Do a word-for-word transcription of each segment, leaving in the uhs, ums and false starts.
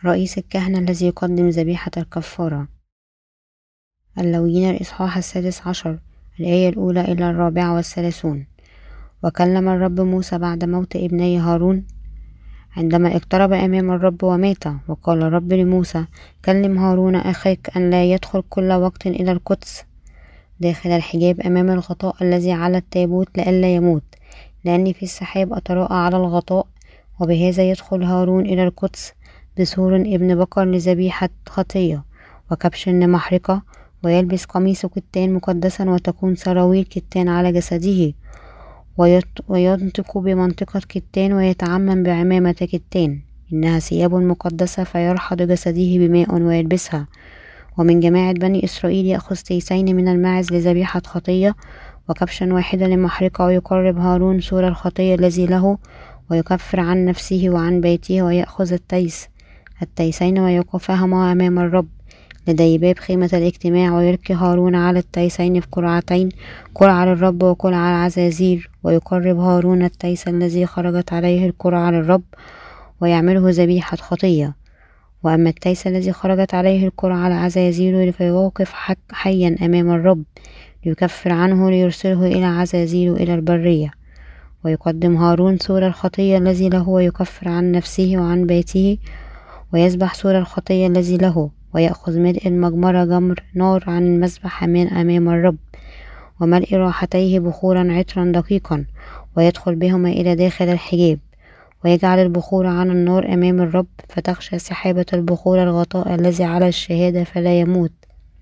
رئيس الكهنة الذي يقدم ذبيحة الكفارة. اللويين الإصحاح السادس عشر، الآية الأولى إلى الرابعة والثلاثون. وكلم الرب موسى بعد موت ابني هارون عندما اقترب أمام الرب ومات. وقال الرب لموسى: كلم هارون أخيك أن لا يدخل كل وقت إلى القدس داخل الحجاب أمام الغطاء الذي على التابوت لئلا يموت، لأني في السحاب أتراءى على الغطاء. وبهذا يدخل هارون إلى القدس بثور ابن بقر لذبيحة خطية، وكبش لمحرقة، ويلبس قميص كتان مقدسا، وتكون سراويل كتان على جسده، وينطق بمنطقة كتان، ويتعمم بعمامة كتان، إنها ثياب مقدسة، فيرحض جسده بماء ويلبسها. ومن جماعة بني إسرائيل يأخذ تيسين من الماعز لذبيحة خطية، وكبشا واحدا لمحرقة. ويقرب هارون سور الخطية الذي له، ويكفر عن نفسه وعن بيته، ويأخذ التيس التيسين ويوقفهما أمام الرب لدي باب خيمة الاجتماع. ويلقي هارون على التيسين في قرعتين، قرعة للرب وقرعة العزازير. ويقرب هارون التيس الذي خرجت عليه القرعة للرب، ويعمله ذبيحة خطية. وأما التيس الذي خرجت عليه القرعة العزازير فيوقف حيا أمام الرب ليكفر عنه، ليرسله إلى عزازيل إلى البرية. ويقدم هارون سور الخطية الذي له، ويكفر عن نفسه وعن بيته، ويذبح سور الخطية الذي له. ويأخذ ملء المجمرة جمر نار عن المذبح أمام الرب، وملء راحتيه بخورا عطرا دقيقا، ويدخل بهما إلى داخل الحجاب. ويجعل البخور عن النار أمام الرب، فتخشى سحابة البخور الغطاء الذي على الشهادة فلا يموت.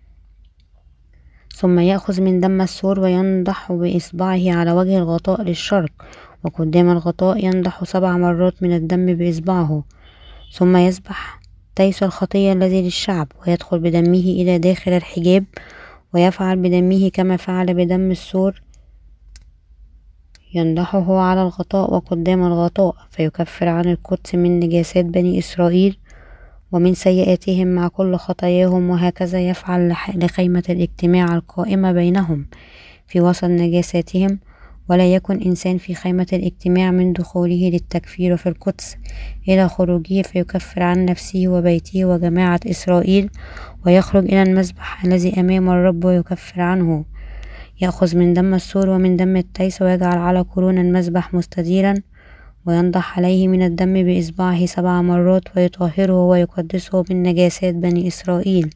ثم يأخذ من دم السور وينضح بإصبعه على وجه الغطاء للشرق، وقدام الغطاء ينضح سبع مرات من الدم بإصبعه. ثم يذبح تيس الخطية الذي للشعب، ويدخل بدمه إلى داخل الحجاب، ويفعل بدمه كما فعل بدم السور، ينضحه على الغطاء وقدام الغطاء، فيكفر عن القدس من نجاسات بني إسرائيل ومن سيئاتهم مع كل خطاياهم. وهكذا يفعل لخيمة الاجتماع القائمة بينهم في وسط نجاساتهم. ولا يكن إنسان في خيمة الاجتماع من دخوله للتكفير في القدس إلى خروجه، فيكفر عن نفسه وبيته وجماعة إسرائيل، ويخرج إلى المذبح الذي أمام الرب ويكفر عنه. يأخذ من دم السور ومن دم التيس، ويجعل على قرون المذبح مستديرا، وينضح عليه من الدم بإصبعه سبع مرات، ويطهره ويقدسه من نجاسات بني إسرائيل.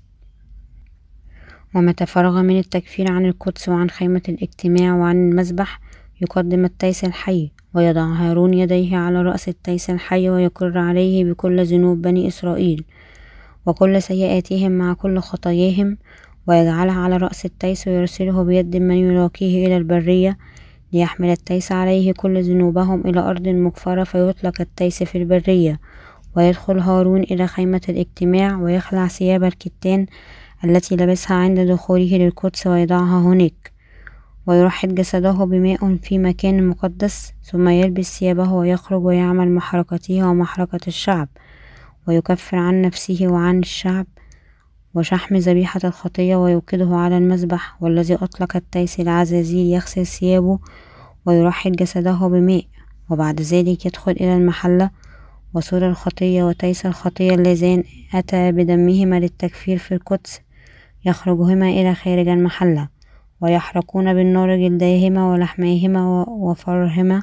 ومتى فرغ من التكفير عن القدس وعن خيمة الاجتماع وعن المذبح، يقدم التيس الحي، ويضع هارون يديه على رأس التيس الحي، ويقر عليه بكل ذنوب بني إسرائيل وكل سيئاتهم مع كل خطاياهم، ويجعلها على رأس التيس، ويرسله بيد من يلاقيه إلى البرية، ليحمل التيس عليه كل ذنوبهم إلى أرض مغفرة. فيطلق التيس في البرية. ويدخل هارون إلى خيمة الاجتماع، ويخلع ثياب الكتان التي لبسها عند دخوله للقدس، ويضعها هناك، ويرحد جسده بماء في مكان مقدس. ثم يلبس ثيابه ويخرج، ويعمل محرقته ومحرقة الشعب، ويكفر عن نفسه وعن الشعب وشحم ذبيحة الخطية، ويوقده على المذبح. والذي أطلق التيس العزازيل يغسل ثيابه ويرحد جسده بماء، وبعد ذلك يدخل إلى المحلة. وسور الخطية وتيس الخطية اللذان أتى بدمهما للتكفير في القدس يخرجهما إلى خارج المحلة، ويحرقون بالنار جلديهما ولحميهما وفرهما.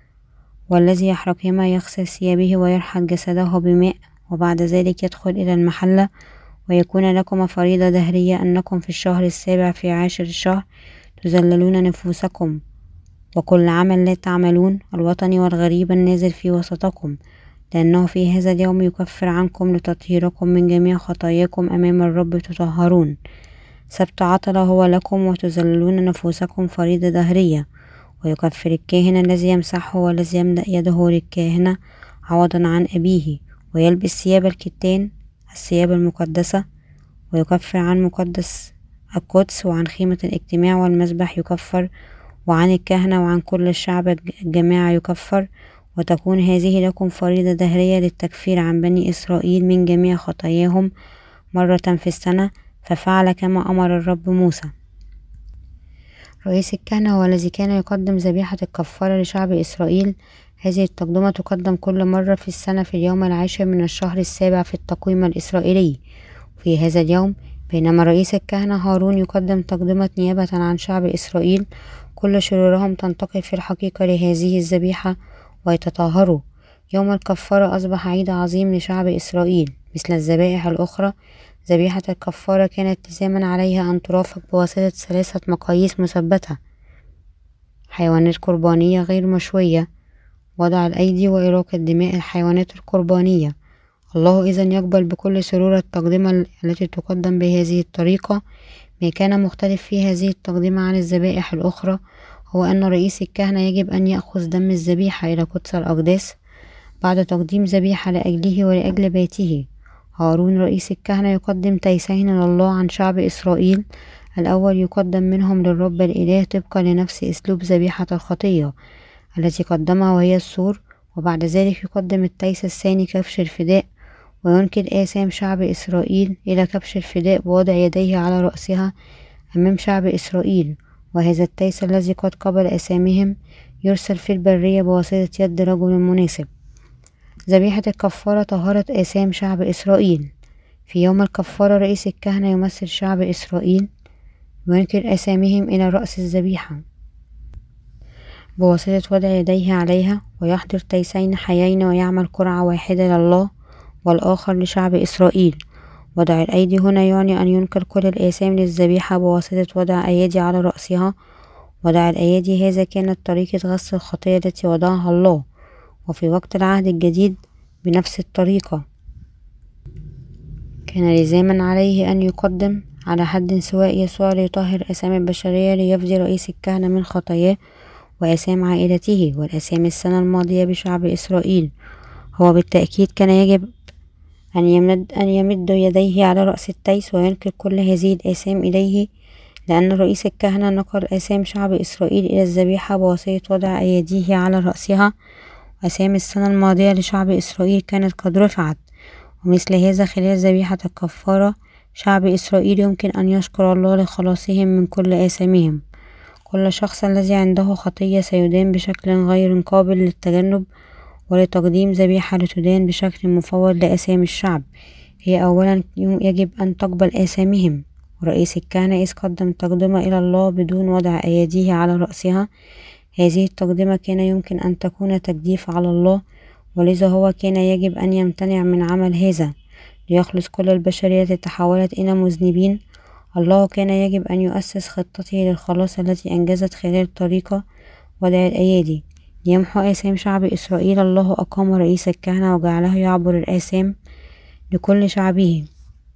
والذي يحرقهما يغسل ثيابه ويرحل جسده بماء، وبعد ذلك يدخل إلى المحلة. ويكون لكم فريضة دهرية أنكم في الشهر السابع في عاشر الشهر تذللون نفوسكم، وكل عمل لا تعملون الوطني والغريب النازل في وسطكم، لأنه في هذا اليوم يكفر عنكم لتطهيركم من جميع خطاياكم أمام الرب تطهرون. سبت عطلة هو لكم، وتذللون نفوسكم فريضة دهرية. ويكفر الكاهن الذي يمسحه، والذي يملأ يده للكاهنة عوضا عن أبيه، ويلبس ثياب الكتان الثياب المقدسة، ويكفر عن مقدس القدس وعن خيمة الاجتماع والمذبح يكفر، وعن الكهنة وعن كل الشعب الجماعة يكفر. وتكون هذه لكم فريضة دهرية للتكفير عن بني إسرائيل من جميع خطاياهم مرة في السنة. ففعل كما أمر الرب موسى. رئيس الكهنة هو الذي كان يقدم ذبيحة الكفارة لشعب إسرائيل هذه التقدمة تقدم كل مرة في السنة في اليوم العاشر من الشهر السابع في التقويم الإسرائيلي. في هذا اليوم بينما رئيس الكهنة هارون يقدم تقدمة نيابة عن شعب إسرائيل، كل شرورهم تنتقل في الحقيقة لهذه الذبيحة ويتطهروا. يوم الكفارة أصبح عيد عظيم لشعب إسرائيل مثل الذبائح الأخرى. ذبيحة الكفارة كانت لزاما عليها أن ترافق بواسطة ثلاثة مقاييس مثبتة: حيوانات قربانية غير مشوية، وضع الأيدي، وإراقة دماء الحيوانات القربانية. الله إذن يقبل بكل سرور التقدمة التي تقدم بهذه الطريقة. ما كان مختلف في هذه التقدمة عن الذبائح الأخرى هو أن رئيس الكهنة يجب أن يأخذ دم الذبيحة إلى قدس الأقداس بعد تقديم ذبيحة لأجله ولأجل بيته. هارون رئيس الكهنة يقدم تيسين لله عن شعب إسرائيل. الأول يقدم منهم للرب الإله طبقا لنفس أسلوب ذبيحة الخطية التي قدمها وهي السور، وبعد ذلك يقدم التيس الثاني كبش الفداء، وينقل آثام شعب إسرائيل إلى كبش الفداء بوضع يديه على رأسها أمام شعب إسرائيل. وهذا التيس الذي قد قبل آثامهم يرسل في البرية بواسطة يد رجل مناسب. ذبيحة الكفارة طهرت آثام شعب إسرائيل. في يوم الكفارة رئيس الكهنة يمثل شعب إسرائيل وينقل آثامهم إلى رأس الذبيحة بواسطة وضع يديه عليها، ويحضر تيسين حيين ويعمل قرعة واحدة لله والآخر لشعب إسرائيل. وضع الأيدي هنا يعني أن ينقل كل الآثام للذبيحة بواسطة وضع أيدي على رأسها. وضع الأيدي هذا كانت طريقة غسل الخطية التي وضعها الله، وفي وقت العهد الجديد بنفس الطريقة كان لزاما عليه أن يقدم على حد سواء يسوع ليطهر آثام البشرية ليفدي رئيس الكهنة من خطاياه وآثام عائلته والآثام السنة الماضية بشعب إسرائيل. هو بالتأكيد كان يجب أن يمد, أن يمد يديه على رأس التيس وينقل كل هذه الآثام إليه، لأن رئيس الكهنة نقل آثام شعب إسرائيل إلى الذبيحة بواسطة وضع أيديه على رأسها. آثام السنة الماضية لشعب إسرائيل كانت قد رفعت، ومثل هذا خلال ذبيحة الكفارة شعب إسرائيل يمكن أن يشكر الله لخلاصهم من كل آثامهم. كل شخص الذي عنده خطية سيدان بشكل غير قابل للتجنب ولتقديم ذبيحة لتدان بشكل مفوض لآثام الشعب. هي أولا يجب أن تقبل آثامهم. ورئيس الكهنة إذ قدم تقدمة إلى الله بدون وضع أيديه على رأسها، هذه التقدمة كان يمكن أن تكون تجديف على الله، ولذا هو كان يجب أن يمتنع من عمل هذا ليخلص كل البشرية التي تحولت إلى مذنبين. الله كان يجب أن يؤسس خطته للخلاص التي أنجزت خلال طريقة وضع الأيادي ليمحو آثام شعب إسرائيل. الله أقام رئيس الكهنة وجعله يعبر الآثام لكل شعبه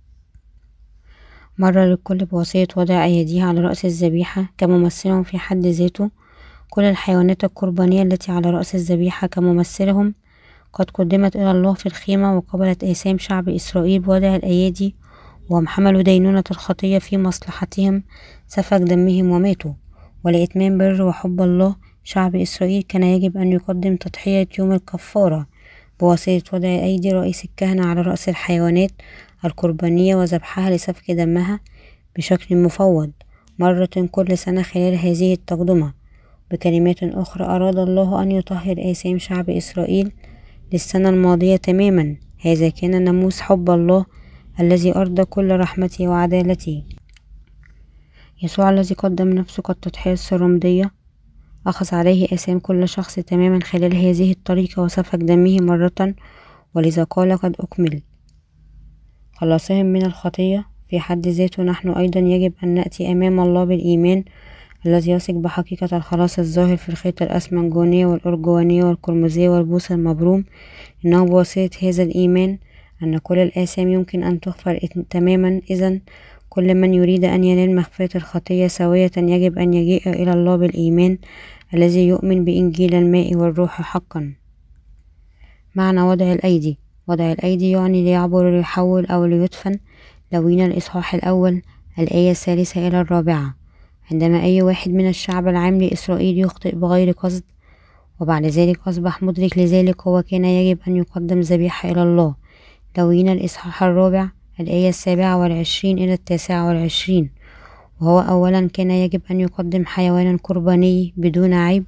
مرة للكل بواسطة وضع أيديه على رأس الذبيحة كممثلهم في حد ذاته. كل الحيوانات القربانية التي على رأس الذبيحة كممثلهم قد قدمت إلى الله في الخيمة وقبلت آثام شعب إسرائيل بوضع الأيادي، وهم حملوا دينونة الخطية في مصلحتهم سفك دمهم وماتوا. ولإتمام بر وحب الله شعب إسرائيل كان يجب أن يقدم تضحية يوم الكفارة بواسطة وضع أيدي رئيس الكهنة على رأس الحيوانات القربانية وذبحها لسفك دمها بشكل مفوض مرة كل سنة خلال هذه التقدمة. بكلمات أخرى أراد الله أن يطهر آثام شعب إسرائيل للسنة الماضية تماما. هذا كان ناموس حب الله الذي أرضى كل رحمته وعدالته. يسوع الذي قدم نفسه كالتضحية السرمدية أخذ عليه آثام كل شخص تماما خلال هذه الطريقة وسفك دمه مرة، ولذا قال قد أكمل. خلاصهم من الخطية في حد ذاته نحن أيضا يجب أن نأتي أمام الله بالإيمان الذي يثق بحقيقة الخلاص الظاهر في الخيط الأسمنجونية والأرجوانية والقرمزية والبوص المبروم. إنه بواسطة هذا الإيمان أن كل الآثام يمكن أن تغفر تماما. إذن كل من يريد أن ينال مغفرة الخطية سوية يجب أن يجيء إلى الله بالإيمان الذي يؤمن بإنجيل الماء والروح حقا. معنى وضع الأيدي: وضع الأيدي يعني ليعبر ليحول أو ليدفن. لوين الإصحاح الأول الآية الثالثة إلى الرابعة. عندما أي واحد من الشعب العام لإسرائيل يخطئ بغير قصد وبعد ذلك أصبح مدرك لذلك، هو كان يجب أن يقدم ذبيحة إلى الله. لوين الإصحاح الرابع الآية السابعة والعشرين إلى التاسعة والعشرين. وهو أولا كان يجب أن يقدم حيوانا قرباني بدون عيب،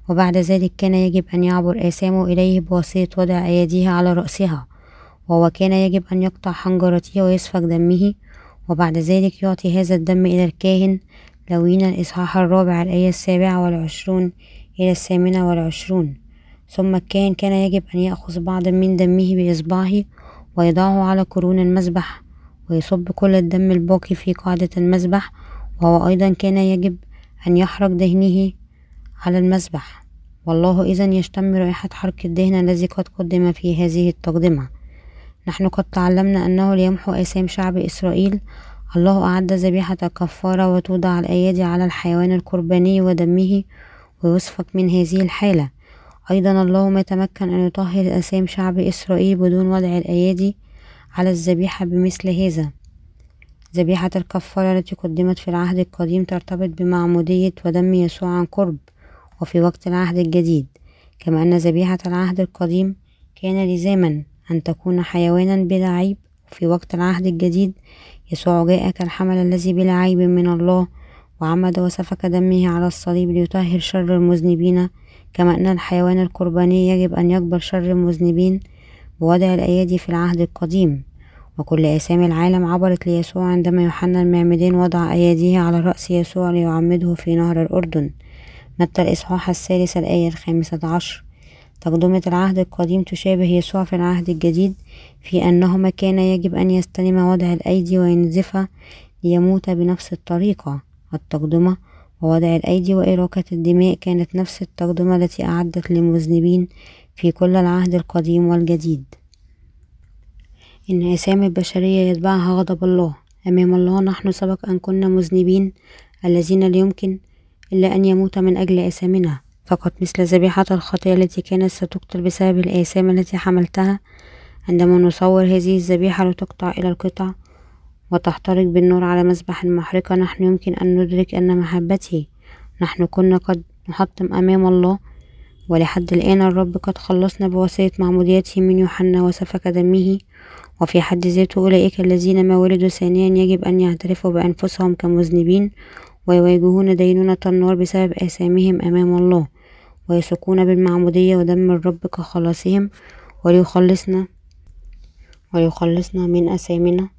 وبعد ذلك كان يجب أن يعبر آثامه إليه بواسطة وضع أيديه على رأسها، وهو كان يجب أن يقطع حنجرته ويسفك دمه، وبعد ذلك يعطي هذا الدم إلى الكاهن. لوينا الإصحاح الرابع الآية السابعة والعشرون إلى الثامنة والعشرون. ثم الكاهن كان يجب أن يأخذ بعض من دمه بإصبعه ويضعه على قرون المذبح، ويصب كل الدم الباقي في قاعدة المذبح، وهو أيضا كان يجب أن يحرق دهنه على المذبح. والله إذن يشتم رائحة حرق الدهن الذي قد قدم في هذه التقدمة. نحن قد تعلمنا أنه ليمحو آثام شعب إسرائيل الله أعد ذبيحة الكفارة، وتوضع الأيادي على الحيوان القرباني ودمه ويسفك من هذه الحالة. أيضا الله ما يتمكن أن يطهر آثام شعب إسرائيل بدون وضع الأيادي على الذبيحة بمثل هذا. ذبيحة الكفارة التي قدمت في العهد القديم ترتبط بمعمودية ودم يسوع عن قرب وفي وقت العهد الجديد، كما أن ذبيحة العهد القديم كان لزاما أن تكون حيوانا بلا عيب، وفي وقت العهد الجديد يسوع جاء كالحمل الذي بلا عيب من الله، وعمد وسفك دمه على الصليب ليطهر شر المذنبين، كما أن الحيوان القرباني يجب أن يقبل شر المذنبين بوضع الأيادي في العهد القديم. وكل آثام العالم عبرت ليسوع عندما يوحنا المعمدان وضع أيديه على رأس يسوع ليعمده في نهر الأردن. متى الإصحاح الثالث الآية الخامسة عشر. تقدمة العهد القديم تشابه يسوع في العهد الجديد في أنهما كان يجب أن يستلم وضع الأيدي وينزف ليموت بنفس الطريقة. التقدمة ووضع الأيدي وإراقة الدماء كانت نفس التقدمة التي أعدت للمذنبين في كل العهد القديم والجديد. إن آثام البشرية يتبعها غضب الله. أمام الله نحن سبق أن كنا مذنبين الذين لا يمكن إلا أن يموت من أجل آثامنا فقط، مثل ذبيحة الخطية التي كانت ستقتل بسبب الآثام التي حملتها. عندما نصور هذه الذبيحة لتقطع إلى القطع وتحترق بالنار على مذبح المحرقة، نحن يمكن أن ندرك أن محبته نحن كنا قد نحطم أمام الله، ولحد الآن الرب قد خلصنا بواسطة معموديته من يوحنا وسفك دمه. وفي حد ذاته أولئك الذين ما ولدوا ثانيا يجب أن يعترفوا بأنفسهم كمذنبين ويواجهون دينونة النار بسبب آثامهم أمام الله، ويثقون بالمعمودية ودم الرب كخلاصهم وليخلصنا وليخلصنا من آثامنا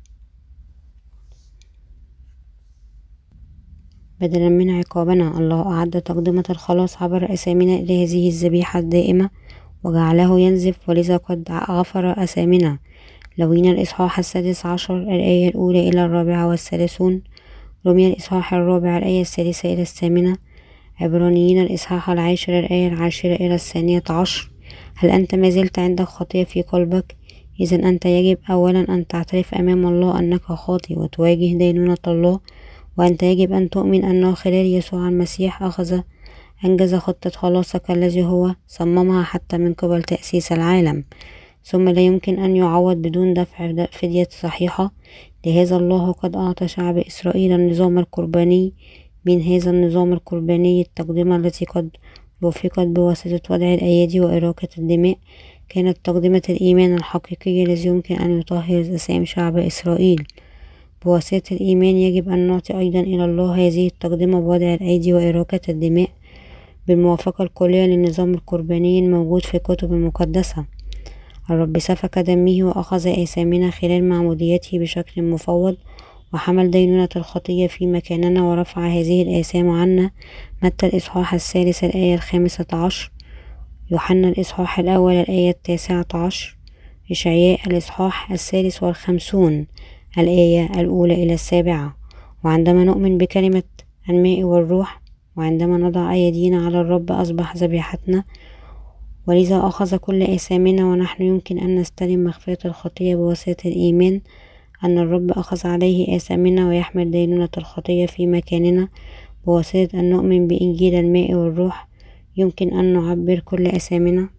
بدلا من عقابنا. الله أعد تقدمة الخلاص عبر آثامنا إلى هذه الذبيحة الدائمة وجعله ينزف، ولذا قد غفر آثامنا. لوينا الإصحاح السادس عشر الآية الأولى إلى الرابعة والثلاثون. رمي الإصحاح الرابع الآية الثالثة إلى الثامنة. عبرانيين الإصحاح العاشر الآية العاشرة إلى الثانية عشر. هل أنت ما زلت عندك خطية في قلبك؟ إذن أنت يجب أولا أن تعترف أمام الله أنك خاطئ وتواجه دينونة الله، وأنت يجب أن تؤمن أنه خلال يسوع المسيح أخذ أنجز خطة خلاصك الذي هو صممها حتى من قبل تأسيس العالم، ثم لا يمكن أن يعوض بدون دفع فدية صحيحة. لهذا الله قد أعطى شعب إسرائيل النظام القرباني. من هذا النظام القرباني التقدمة التي قد وفقت بواسطة وضع الأيادي وإراقة الدماء كانت تقدمة الإيمان الحقيقي الذي يمكن أن يطهر آثام شعب إسرائيل. بواسطة الإيمان يجب أن نعطي أيضا إلى الله هذه التقدمة بوضع الأيدي وإراقة الدماء بالموافقة الكلية للنظام القرباني الموجود في الكتب المقدسة. الرب سفك دمه وأخذ آثامنا خلال معموديته بشكل مفوض، وحمل دينونة الخطية في مكاننا ورفع هذه الآثام عنا. متى الإصحاح الثالث الآية الخامسة عشر. يوحنا الإصحاح الأول الآية التاسعة عشر. إشعياء الإصحاح الثالث والخمسون الآية الأولى إلى السابعة. وعندما نؤمن بكلمة الماء والروح وعندما نضع أيدينا على الرب أصبح ذبيحتنا، ولذا أخذ كل آثامنا، ونحن يمكن أن نستلم مغفرة الخطية بواسطة الإيمان أن الرب أخذ عليه آثامنا ويحمل دينونة الخطية في مكاننا. بواسطة أن نؤمن بإنجيل الماء والروح يمكن أن نعبر كل آثامنا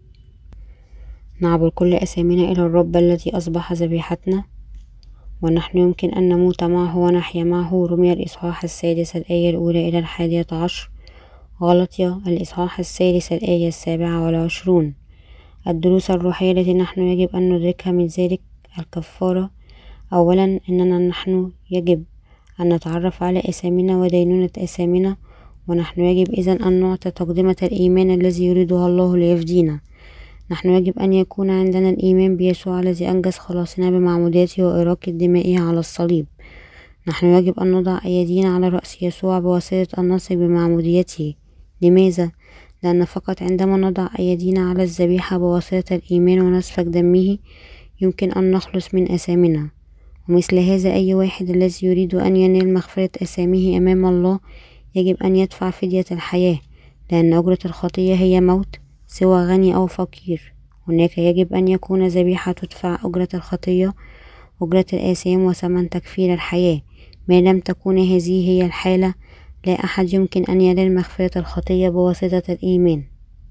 نعبر كل آثامنا إلى الرب الذي أصبح ذبيحتنا، ونحن يمكن أن نموت معه ونحيا معه. رمي الإصحاح السادس الآية الأولى إلى الحادية عشر. غلطية الإصحاح الثالث الآية السابعة والعشرون. الدروس الروحية التي نحن يجب أن ندركها من ذلك الكفارة: أولا، أننا نحن يجب أن نتعرف على آثامنا ودينونة آثامنا ونحن يجب إذن أن نعطي تقدمة الإيمان الذي يريدها الله ليفدينا. نحن يجب أن يكون عندنا الإيمان بيسوع الذي أنجز خلاصنا بمعموديته وإراقة دمائه على الصليب. نحن يجب أن نضع أيدينا على رأس يسوع بواسطة أن نثق بمعموديته. لماذا؟ لأن فقط عندما نضع أيدينا على الذبيحة بواسطة الإيمان ونسفك دمه يمكن أن نخلص من آثامنا. ومثل هذا أي واحد الذي يريد أن ينال مغفرة آثامه أمام الله يجب أن يدفع فدية الحياة، لأن أجرة الخطية هي موت، سواء غني أو فقير. هناك يجب أن يكون ذبيحة تدفع أجرة الخطية، أجرة الآثام وثمن تكفير الحياة. ما لم تكن هذه هي الحالة لا أحد يمكن أن ينال مغفرة الخطية بواسطة الإيمان.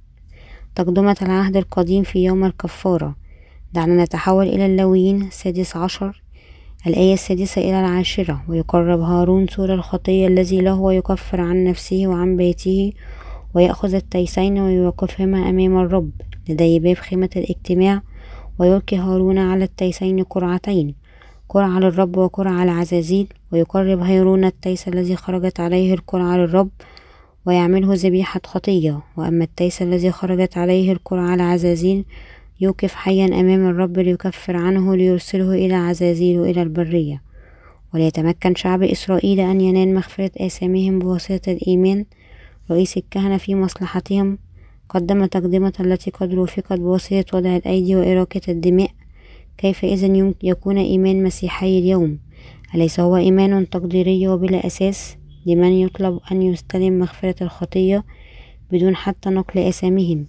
تقدمة العهد القديم في يوم الكفارة. دعنا نتحول إلى اللاويين السادس عشر الآية السادسة إلى العاشرة. ويقرب هارون سور الخطية الذي له ويكفر عن نفسه وعن بيته، ويأخذ التيسين ويوقفهما أمام الرب لدي باب خيمة الاجتماع، ويلقي هارون على التيسين قرعتين، قرعة للرب وقرعة لعزازيل. ويقرب هارون التيس الذي خرجت عليه القرعة للرب ويعمله ذبيحة خطية، وأما التيس الذي خرجت عليه القرعة لعزازيل يوقف حيا أمام الرب ليكفر عنه ليرسله إلى عزازيل وإلى البرية. وليتمكن شعب إسرائيل أن ينال مغفرة آثامهم بواسطة الإيمان. رئيس الكهنة في مصلحتهم قدم تقدمة التي قد رفقت بواسطة وضع الأيدي وإراقة الدماء. كيف إذن يكون إيمان مسيحي اليوم؟ أليس هو إيمان تقديري وبلا أساس لمن يطلب أن يستلم مغفرة الخطية بدون حتى نقل آثامهم؟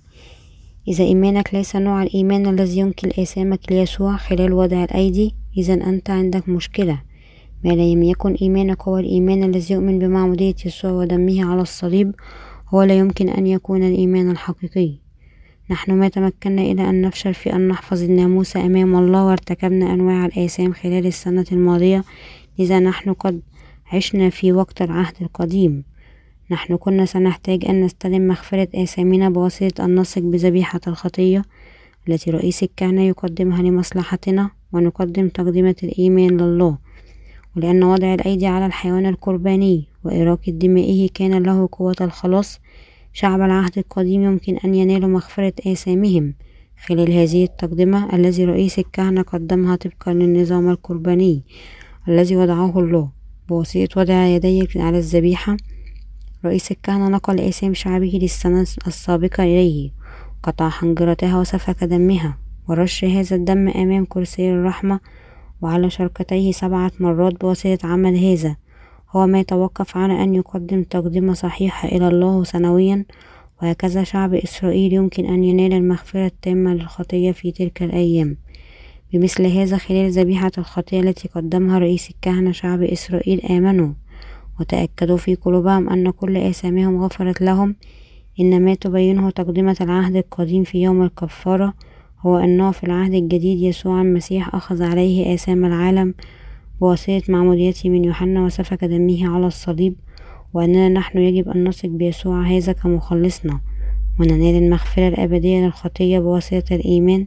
إذا إيمانك ليس نوع الإيمان الذي ينقل آثامك ليسوع خلال وضع الأيدي، إذن أنت عندك مشكلة. ما لم يكن إيمانك هو الإيمان الذي يؤمن بمعمودية يسوع ودمه على الصليب، هو لا يمكن أن يكون الإيمان الحقيقي. نحن ما تمكنا إلى أن نفشل في أن نحفظ الناموس أمام الله، وارتكبنا أنواع الآثام خلال السنة الماضية، لذا نحن قد عشنا في وقت العهد القديم. نحن كنا سنحتاج أن نستلم مغفرة آثامنا بواسطة أن نثق بذبيحة الخطية التي رئيس الكهنة يقدمها لمصلحتنا، ونقدم تقدمة الإيمان لله. ولأن وضع الأيدي على الحيوان القرباني وإراقة دمائه كان له قوة الخلاص، شعب العهد القديم يمكن أن ينالوا مغفرة آثامهم خلال هذه التقدمة الذي رئيس الكهنة قدمها طبقا للنظام القرباني الذي وضعه الله. بواسطة وضع يديه على الذبيحة، رئيس الكهنة نقل آثام شعبه للسنة السابقة إليه، قطع حنجرتها وسفك دمها، ورش هذا الدم أمام كرسي الرحمة وعلى شركتيه سبعة مرات. بواسطة عمل هذا هو ما يتوقف على أن يقدم تقدمة صحيحة إلى الله سنويا، وهكذا شعب إسرائيل يمكن أن ينال المغفرة التامة للخطية في تلك الأيام. بمثل هذا خلال ذبيحة الخطية التي قدمها رئيس الكهنة، شعب إسرائيل آمنوا وتأكدوا في قلوبهم أن كل آثامهم غفرت لهم. إن ما تبينه تقدمة العهد القديم في يوم الكفارة هو أنه في العهد الجديد يسوع المسيح أخذ عليه آثام العالم بواسطة معموديته من يوحنا وسفك دمه على الصليب، وأننا نحن يجب أن نثق بيسوع هذا كمخلصنا وننال المغفرة الأبدية للخطية بواسطة الإيمان.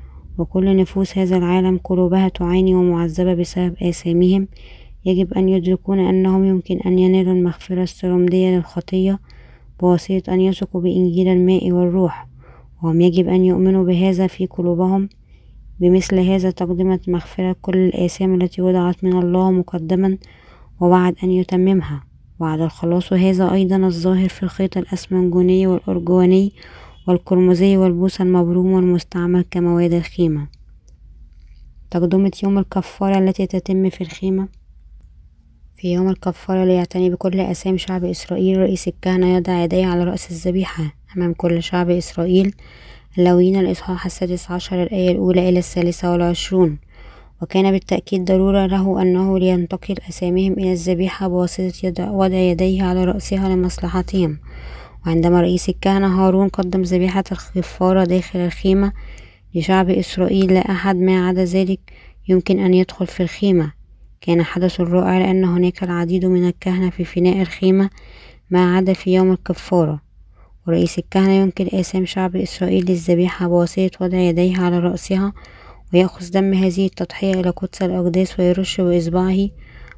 وكل نفوس هذا العالم قلوبها تعاني ومعذبة بسبب آثامهم يجب أن يدركون أنهم يمكن أن ينالوا المغفرة السرمدية للخطية بواسطة أن يثقوا بإنجيل الماء والروح، وهم يجب أن يؤمنوا بهذا في قلوبهم. بمثل هذا تقدمت مغفرة كل الآثام التي وضعت من الله مقدما، ووعد أن يتممها. وعد الخلاص هذا أيضا الظاهر في الخيط الأسمنجوني والأرجواني والقرمزي والبوس المبروم والمستعمل كمواد الخيمة. تقدمة يوم الكفارة التي تتم في الخيمة. في يوم الكفارة ليعتني بكل آثام شعب إسرائيل، رئيس الكهنة يضع يديه على رأس الذبيحة أمام كل شعب إسرائيل. اللاويين الإصحاح السادس عشر الآية الأولى إلى الثالثة والعشرون. وكان بالتأكيد ضرورة له أنه لينتقل أثامهم إلى الذبيحة بواسطة وضع يديه على رأسها لمصلحتهم. وعندما رئيس الكهنة هارون قدم ذبيحة الكفارة داخل الخيمة لشعب إسرائيل، لا أحد ما عدا ذلك يمكن أن يدخل في الخيمة. كان حدث رائع لأن هناك العديد من الكهنة في فناء الخيمة ما عدا في يوم الكفارة. ورئيس الكهنة ينقل آثام شعب إسرائيل للذبيحة بواسطة وضع يديه على رأسها، ويأخذ دم هذه التضحية إلى قدس الأقداس ويرش بإصبعه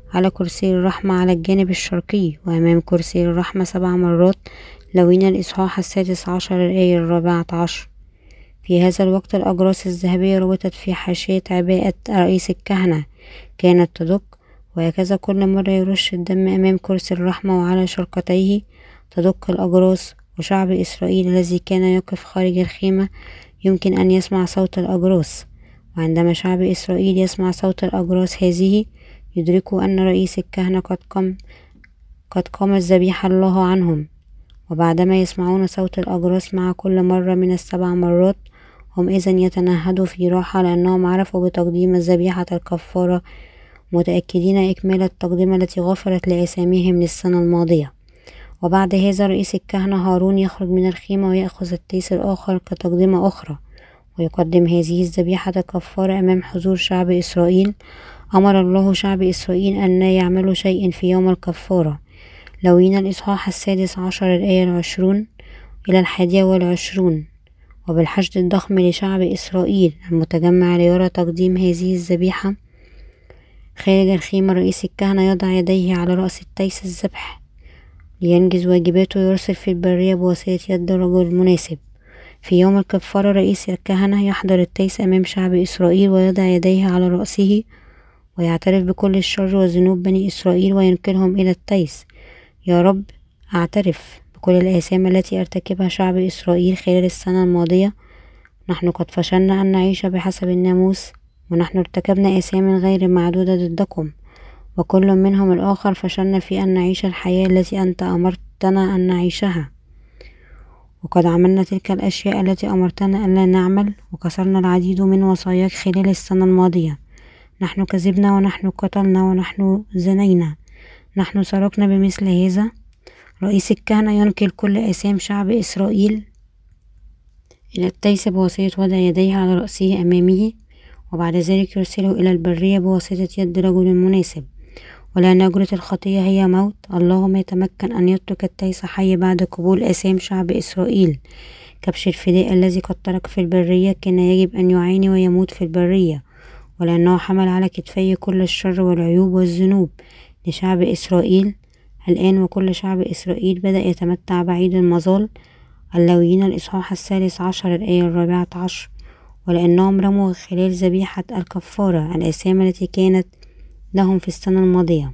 على كرسي الرحمة على الجانب الشرقي، وأمام كرسي الرحمة سبع مرات. لوين الإصحاح السادس عشر الآية الرابعة عشر. في هذا الوقت الأجراس الذهبية ربطت في حاشية عباءة رئيس الكهنة كانت تدق، وهكذا كل مرة يرش الدم أمام كرسي الرحمة وعلى شرقتيه تدق الأجراس. وشعب إسرائيل الذي كان يقف خارج الخيمة يمكن أن يسمع صوت الأجراس، وعندما شعب إسرائيل يسمع صوت الأجراس هذه يدركوا أن رئيس الكهنة قد قام قد قامت ذبيحة الله عنهم. وبعدما يسمعون صوت الأجراس مع كل مرة من السبع مرات هم إذن يتنهدوا في راحة، لأنهم عرفوا بتقديم ذبيحة الكفارة متأكدين إكمال التقدمة التي غفرت لآثامهم للسنة الماضية. وبعد هذا رئيس الكهنة هارون يخرج من الخيمة ويأخذ التيس الآخر كتقدمة أخرى ويقدم هذه الذبيحة الكفارة أمام حضور شعب إسرائيل. أمر الله شعب إسرائيل أن لا يعملوا شيء في يوم الكفارة. لوين الإصحاح السادس عشر الآية العشرون إلى الحادية والعشرون. وبالحشد الضخم لشعب إسرائيل المتجمع ليرى تقديم هذه الذبيحة خارج الخيمة، رئيس الكهنة يضع يديه على رأس التيس الذبح لينجز واجباته، يرسل في البرية بواسطة يد الرجل المناسب. في يوم الكفارة رئيس الكهنة يحضر التيس أمام شعب إسرائيل ويضع يديه على رأسه ويعترف بكل الشر وذنوب بني إسرائيل وينقلهم إلى التيس. يا رب، أعترف بكل الآثام التي ارتكبها شعب إسرائيل خلال السنة الماضية. نحن قد فشلنا أن نعيش بحسب الناموس، ونحن ارتكبنا آثام غير معدودة ضدكم، وكل منهم الآخر فشلنا في أن نعيش الحياة التي أنت أمرتنا أن نعيشها. وقد عملنا تلك الأشياء التي أمرتنا ألا نعمل، وكسرنا العديد من وصاياك خلال السنة الماضية. نحن كذبنا، ونحن قتلنا، ونحن زنينا، نحن سرقنا بمثل هذا. رئيس الكهنة ينقل كل آثام شعب إسرائيل إلى التيس بواسطة وضع يديه على رأسه أمامه، وبعد ذلك يرسله إلى البرية بواسطة يد رجل مناسب. ولأن أجرة الخطية هي موت، الله ما يتمكن أن يترك التيس حي بعد قبول آثام شعب إسرائيل. كبش الفداء الذي قد ترك في البرية كان يجب أن يعاني ويموت في البرية، ولأنه حمل على كتفيه كل الشر والعيوب والذنوب لشعب إسرائيل. الآن وكل شعب إسرائيل بدأ يتمتع بعيد المظال. اللويين الإصحاح الثالث عشر الآية الرابعة عشر. ولأنهم رموا خلال ذبيحة الكفارة الآثام التي كانت لهم في السنة الماضية.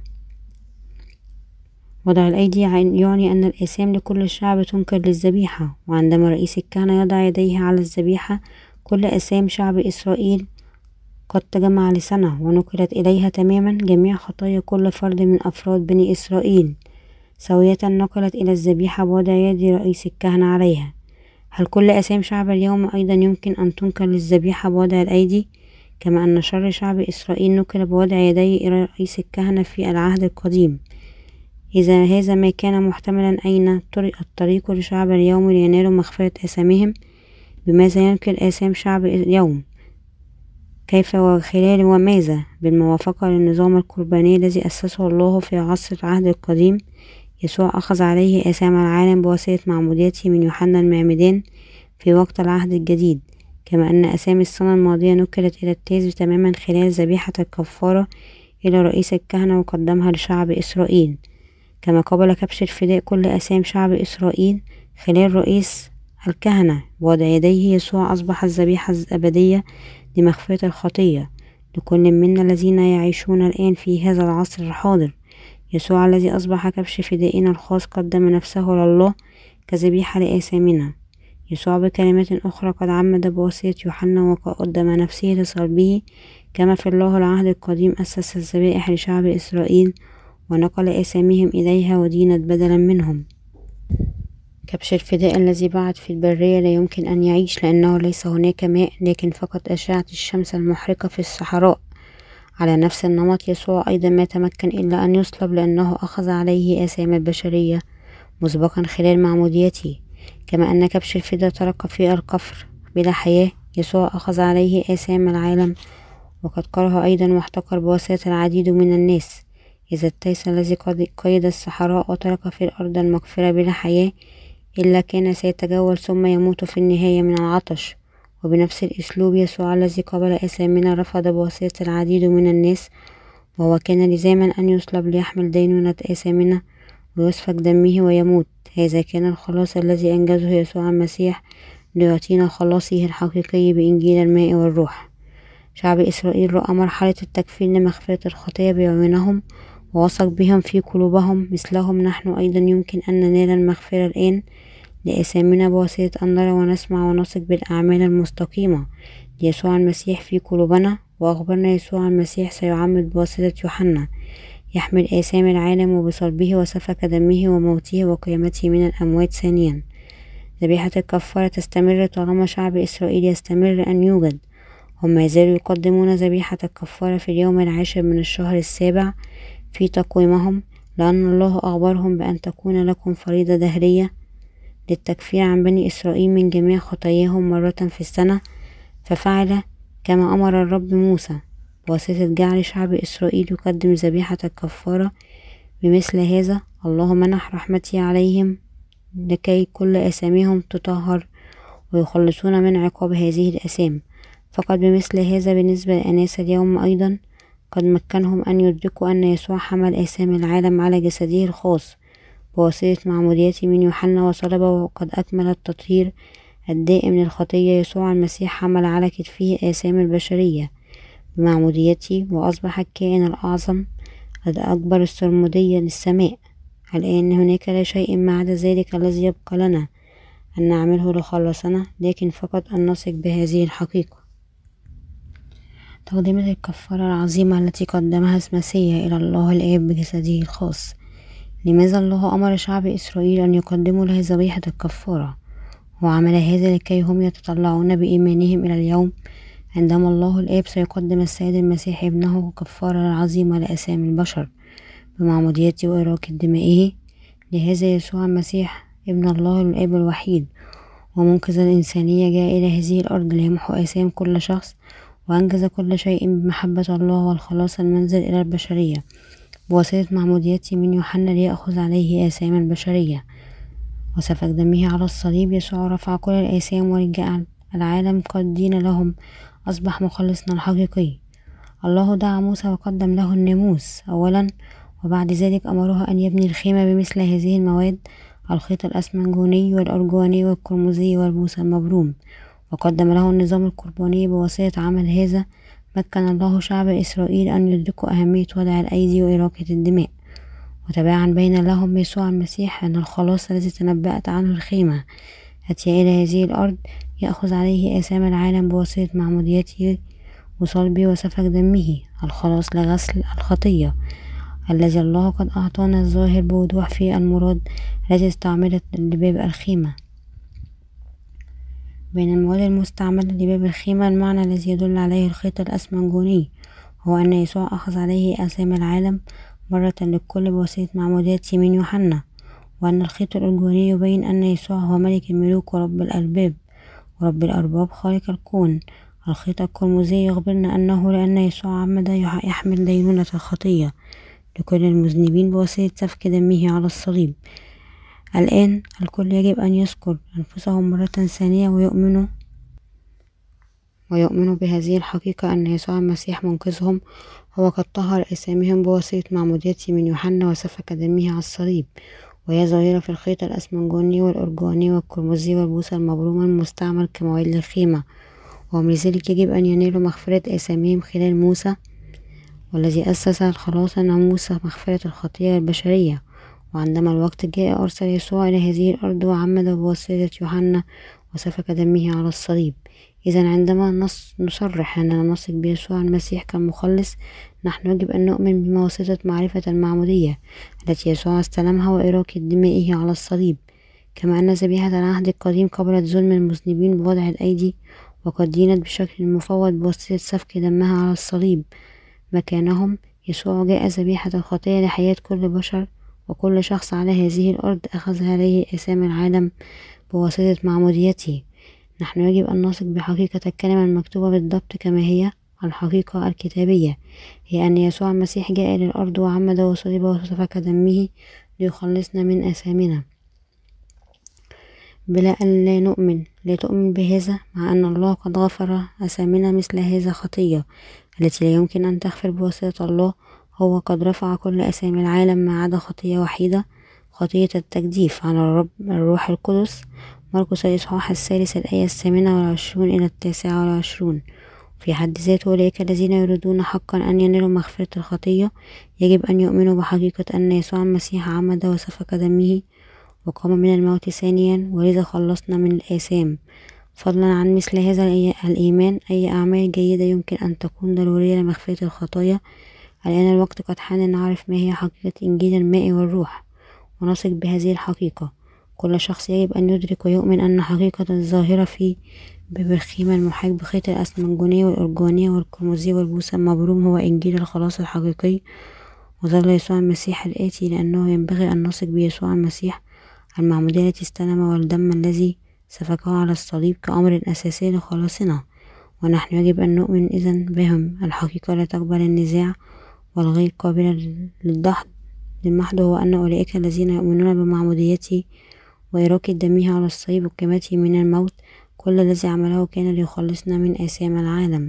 وضع الأيدي يعني أن الآثام لكل الشعب تنكر للذبيحة، وعندما رئيس الكهنة يضع يديه على الذبيحة كل آثام شعب إسرائيل قد تجمع لسنة ونقلت إليها تماما. جميع خطايا كل فرد من أفراد بني إسرائيل سوية نقلت إلى الذبيحة بوضع يد رئيس الكهنة عليها. هل كل آثام شعب اليوم أيضا يمكن أن تنقل للذبيحة بوضع الأيدي، كما أن شر شعب إسرائيل نقل بوضع يديه إلى رئيس الكهنة في العهد القديم؟ إذا هذا ما كان محتملا، أين الطريق لشعب اليوم لينالوا مغفرة آثامهم؟ بماذا ينقل آثام شعب اليوم؟ كيف وخلال وماذا؟ بالموافقة للنظام القرباني الذي أسسه الله في عصر العهد القديم. يسوع أخذ عليه آثام العالم بواسطة معموديته من يوحنا المعمدان في وقت العهد الجديد، كما أن آثام السنة الماضية نقلت إلى التيس تماما خلال ذبيحة الكفارة إلى رئيس الكهنة وقدمها لشعب إسرائيل. كما قبل كبش الفداء كل آثام شعب إسرائيل خلال رئيس الكهنة بوضع يديه، يسوع أصبح الذبيحة الأبدية لمغفرة الخطية لكل منا الذين يعيشون الآن في هذا العصر الحاضر. يسوع الذي أصبح كبش فدائنا الخاص قدم نفسه لله كذبيحة لآثامنا. يسوع بكلمات أخرى قد عمد بواسطة يوحنا وقدم نفسه لصلبه، كما في الله العهد القديم أسس الذبائح لشعب إسرائيل ونقل آثامهم إليها ودينت بدلا منهم. كبش الفداء الذي بعد في البرية لا يمكن أن يعيش، لأنه ليس هناك ماء لكن فقط أشعة الشمس المحرقة في الصحراء. على نفس النمط يسوع أيضا ما تمكن إلا أن يصلب، لأنه أخذ عليه آثام البشرية مسبقا خلال معموديته. كما أن كبش الفداء ترك في القفر بلا حياة، يسوع أخذ عليه آثام العالم وقد كره أيضا واحتقر بواسطة العديد من الناس. إذا التيس الذي قد قيد الصحراء وترك في الأرض المغفرة بلا حياة إلا كان سيتجول ثم يموت في النهاية من العطش. وبنفس الأسلوب يسوع الذي قبل آثامنا رفض بواسطة العديد من الناس وهو كان لزاما أن يصلب ليحمل دينونة آثامنا ويسفك دمه ويموت. هذا كان الخلاص الذي أنجزه يسوع المسيح ليعطينا خلاصه الحقيقي بإنجيل الماء والروح. شعب إسرائيل رأى مرحلة التكفير لمغفرة الخطايا بعيونهم ووثق بهم في قلوبهم. مثلهم نحن أيضا يمكن أن ننال المغفرة الآن لآثامنا بواسطة أن نرى ونسمع ونثق بالأعمال المستقيمة ليسوع المسيح في قلوبنا. وأخبرنا يسوع المسيح سيعمد بواسطة يوحنا يحمل آثام العالم، وبصلبه وسفك دمه وموته وقيامته من الأموات ثانيا. ذبيحة الكفارة تستمر طالما شعب إسرائيل يستمر أن يوجد. هم ما زالوا يقدمون ذبيحة الكفارة في اليوم العاشر من الشهر السابع في تقويمهم، لأن الله أخبرهم بأن تكون لكم فريضة دهرية للتكفير عن بني إسرائيل من جميع خطاياهم مرة في السنة. ففعل كما أمر الرب موسى بواسطة جعل شعب إسرائيل يقدم ذبيحة الكفارة. بمثل هذا الله منح رحمته عليهم لكي كل آثامهم تطهر ويخلصون من عقاب هذه الآثام. فقط بمثل هذا بالنسبة لأناس اليوم أيضا قد مكنهم أن يدركوا أن يسوع حمل آثام العالم على جسده الخاص بواسطة معموديته من يوحنا وصلبه، وقد أكمل التطهير الدائم للخطية. يسوع المسيح حمل على كتفه آثام البشرية بمعموديته وأصبح الكائن الأعظم الأكبر السرمدية للسماء. الآن هناك لا شيء ما عدا ذلك الذي يبقى لنا أن نعمله لخلصنا، لكن فقط أن نثق بهذه الحقيقة. تقدمة الكفارة العظيمة التي قدمها المسيح إلى الله الآب بجسده الخاص. لماذا الله أمر شعب إسرائيل أن يقدموا له ذبيحة الكفارة؟ وعمل هذا لكي هم يتطلعون بإيمانهم إلى اليوم عندما الله الآب سيقدم السيد المسيح ابنه كفارة عظيمة لآثام البشر بمعموديته وإراقة دمائه. لهذا يسوع المسيح ابن الله الآب الوحيد ومنقذ الإنسانية جاء إلى هذه الأرض ليمحو آثام كل شخص، وأنجز كل شيء بمحبة الله والخلاص المنزل إلى البشرية بواسطة معموديته من يوحنا ليأخذ عليه آثام البشرية وسفك دمه على الصليب. يسوع رفع كل الآثام ورجع العالم قد دين لهم، أصبح مخلصنا الحقيقي. الله دعا موسى وقدم له الناموس أولا، وبعد ذلك أمره أن يبني الخيمة بمثل هذه المواد: الخيط الأسمنجوني والأرجواني والقرمزي والبوس المبروم. وقدم له النظام القرباني. بواسطة عمل هذا مكن الله شعب إسرائيل أن يدركوا أهمية وضع الأيدي وإراقة الدماء. وتباعا بين لهم يسوع المسيح أن الخلاص الذي تنبأت عنه الخيمة أتي إلى هذه الأرض يأخذ عليه آثام العالم بواسطة معموديته وصلبه وسفك دمه، الخلاص لغسل الخطية الذي الله قد أعطانا الظاهر بوضوح في المراد التي استعملت لباب الخيمة. بين المواد المستعملة لباب الخيمة المعنى الذي يدل عليه الخيط الأسمنجوني هو أن يسوع أخذ عليه آثام العالم مرة للكل بواسطة معموديته من يوحنا، وأن الخيط الأرجواني يبين أن يسوع هو ملك الملوك ورب الألباب ورب الأرباب خالق الكون. الخيط القرمزي يخبرنا أنه لأن يسوع عمد يحمل دينونة الخطية لكل المذنبين بواسطة سفك دمه على الصليب. الآن الكل يجب أن يذكر أنفسهم مرة ثانية ويؤمنوا ويؤمنوا بهذه الحقيقة أن يسوع المسيح منقذهم هو قد طهر آثامهم بواسطة معموديته من يوحنا وسفك دمه على الصليب، وهي ظاهرة في الخيط الأسمنجوني والأرجواني والقرمزي والبوس المبروم المستعمل كمواد للخيمة. وهم لذلك يجب أن ينالوا مغفرة آثامهم خلال موسى، والذي أسس الخلاص ناموس مغفرة الخطية البشرية. وعندما الوقت جاء أرسل يسوع إلى هذه الأرض وعمد بواسطة يوحنا وسفك دمه على الصليب. إذا عندما نصرح أننا نثق بيسوع المسيح كمخلص، نحن يجب أن نؤمن بواسطة معرفة المعمودية التي يسوع استلمها وإراقة دمائه على الصليب، كما أن ذبيحة العهد القديم قبلت ظلم المذنبين بوضع الأيدي وقد دينت بشكل مفوض بواسطة سفك دمها على الصليب مكانهم. يسوع جاء ذبيحة الخطية لحياة كل بشر، وكل شخص على هذه الأرض أخذ عليه آثام العالم بواسطة معموديته. نحن يجب أن نثق بحقيقة الكلمة المكتوبة بالضبط كما هي. الحقيقة الكتابية هي أن يسوع المسيح جاء إلى الأرض وعمد وصلب وسفك دمه ليخلصنا من آثامنا. بلا أن لا نؤمن لا تؤمن بهذا، مع أن الله قد غفر آثامنا مثل هذا خطية التي لا يمكن أن تغفر بواسطة الله. هو قد رفع كل أثام العالم ما عدا خطية وحيدة، خطية التجديف على الرب الروح القدس. مرقس الإصحاح الثالث الآية الثامنة والعشرون إلى التاسعة والعشرون. في حد ذاته أولئك الذين يريدون حقا أن ينالوا مغفرة الخطية يجب أن يؤمنوا بحقيقة أن يسوع المسيح عمد وسفك دمه وقام من الموت ثانيا، ولذا خلصنا من الآثام. فضلا عن مثل هذا الإيمان، أي أعمال جيدة يمكن أن تكون ضرورية لمغفرة الخطايا. الآن الوقت قد حان نعرف ما هي حقيقة إنجيل الماء والروح ونثق بهذه الحقيقة. كل شخص يجب أن يدرك ويؤمن أن حقيقة الظاهرة في باب الخيمة المحاك بخيط الأسمنجونية والأرجوانية والقرمزية والبوس المبروم هو إنجيل الخلاص الحقيقي، وظل يسوع المسيح الآتي، لأنه ينبغي أن نثق بيسوع المسيح المعمودية التي استلم والدم الذي سفكه على الصليب كأمر أساسي لخلاصنا. ونحن يجب أن نؤمن إذن بهم. الحقيقة لا تقبل النزاع والغير قابلة للدحض للمحض هو أن أولئك الذين يؤمنون بمعموديته وإراقة دمه على الصليب وقيامته من الموت، كل الذي عمله كان ليخلصنا من آثام العالم.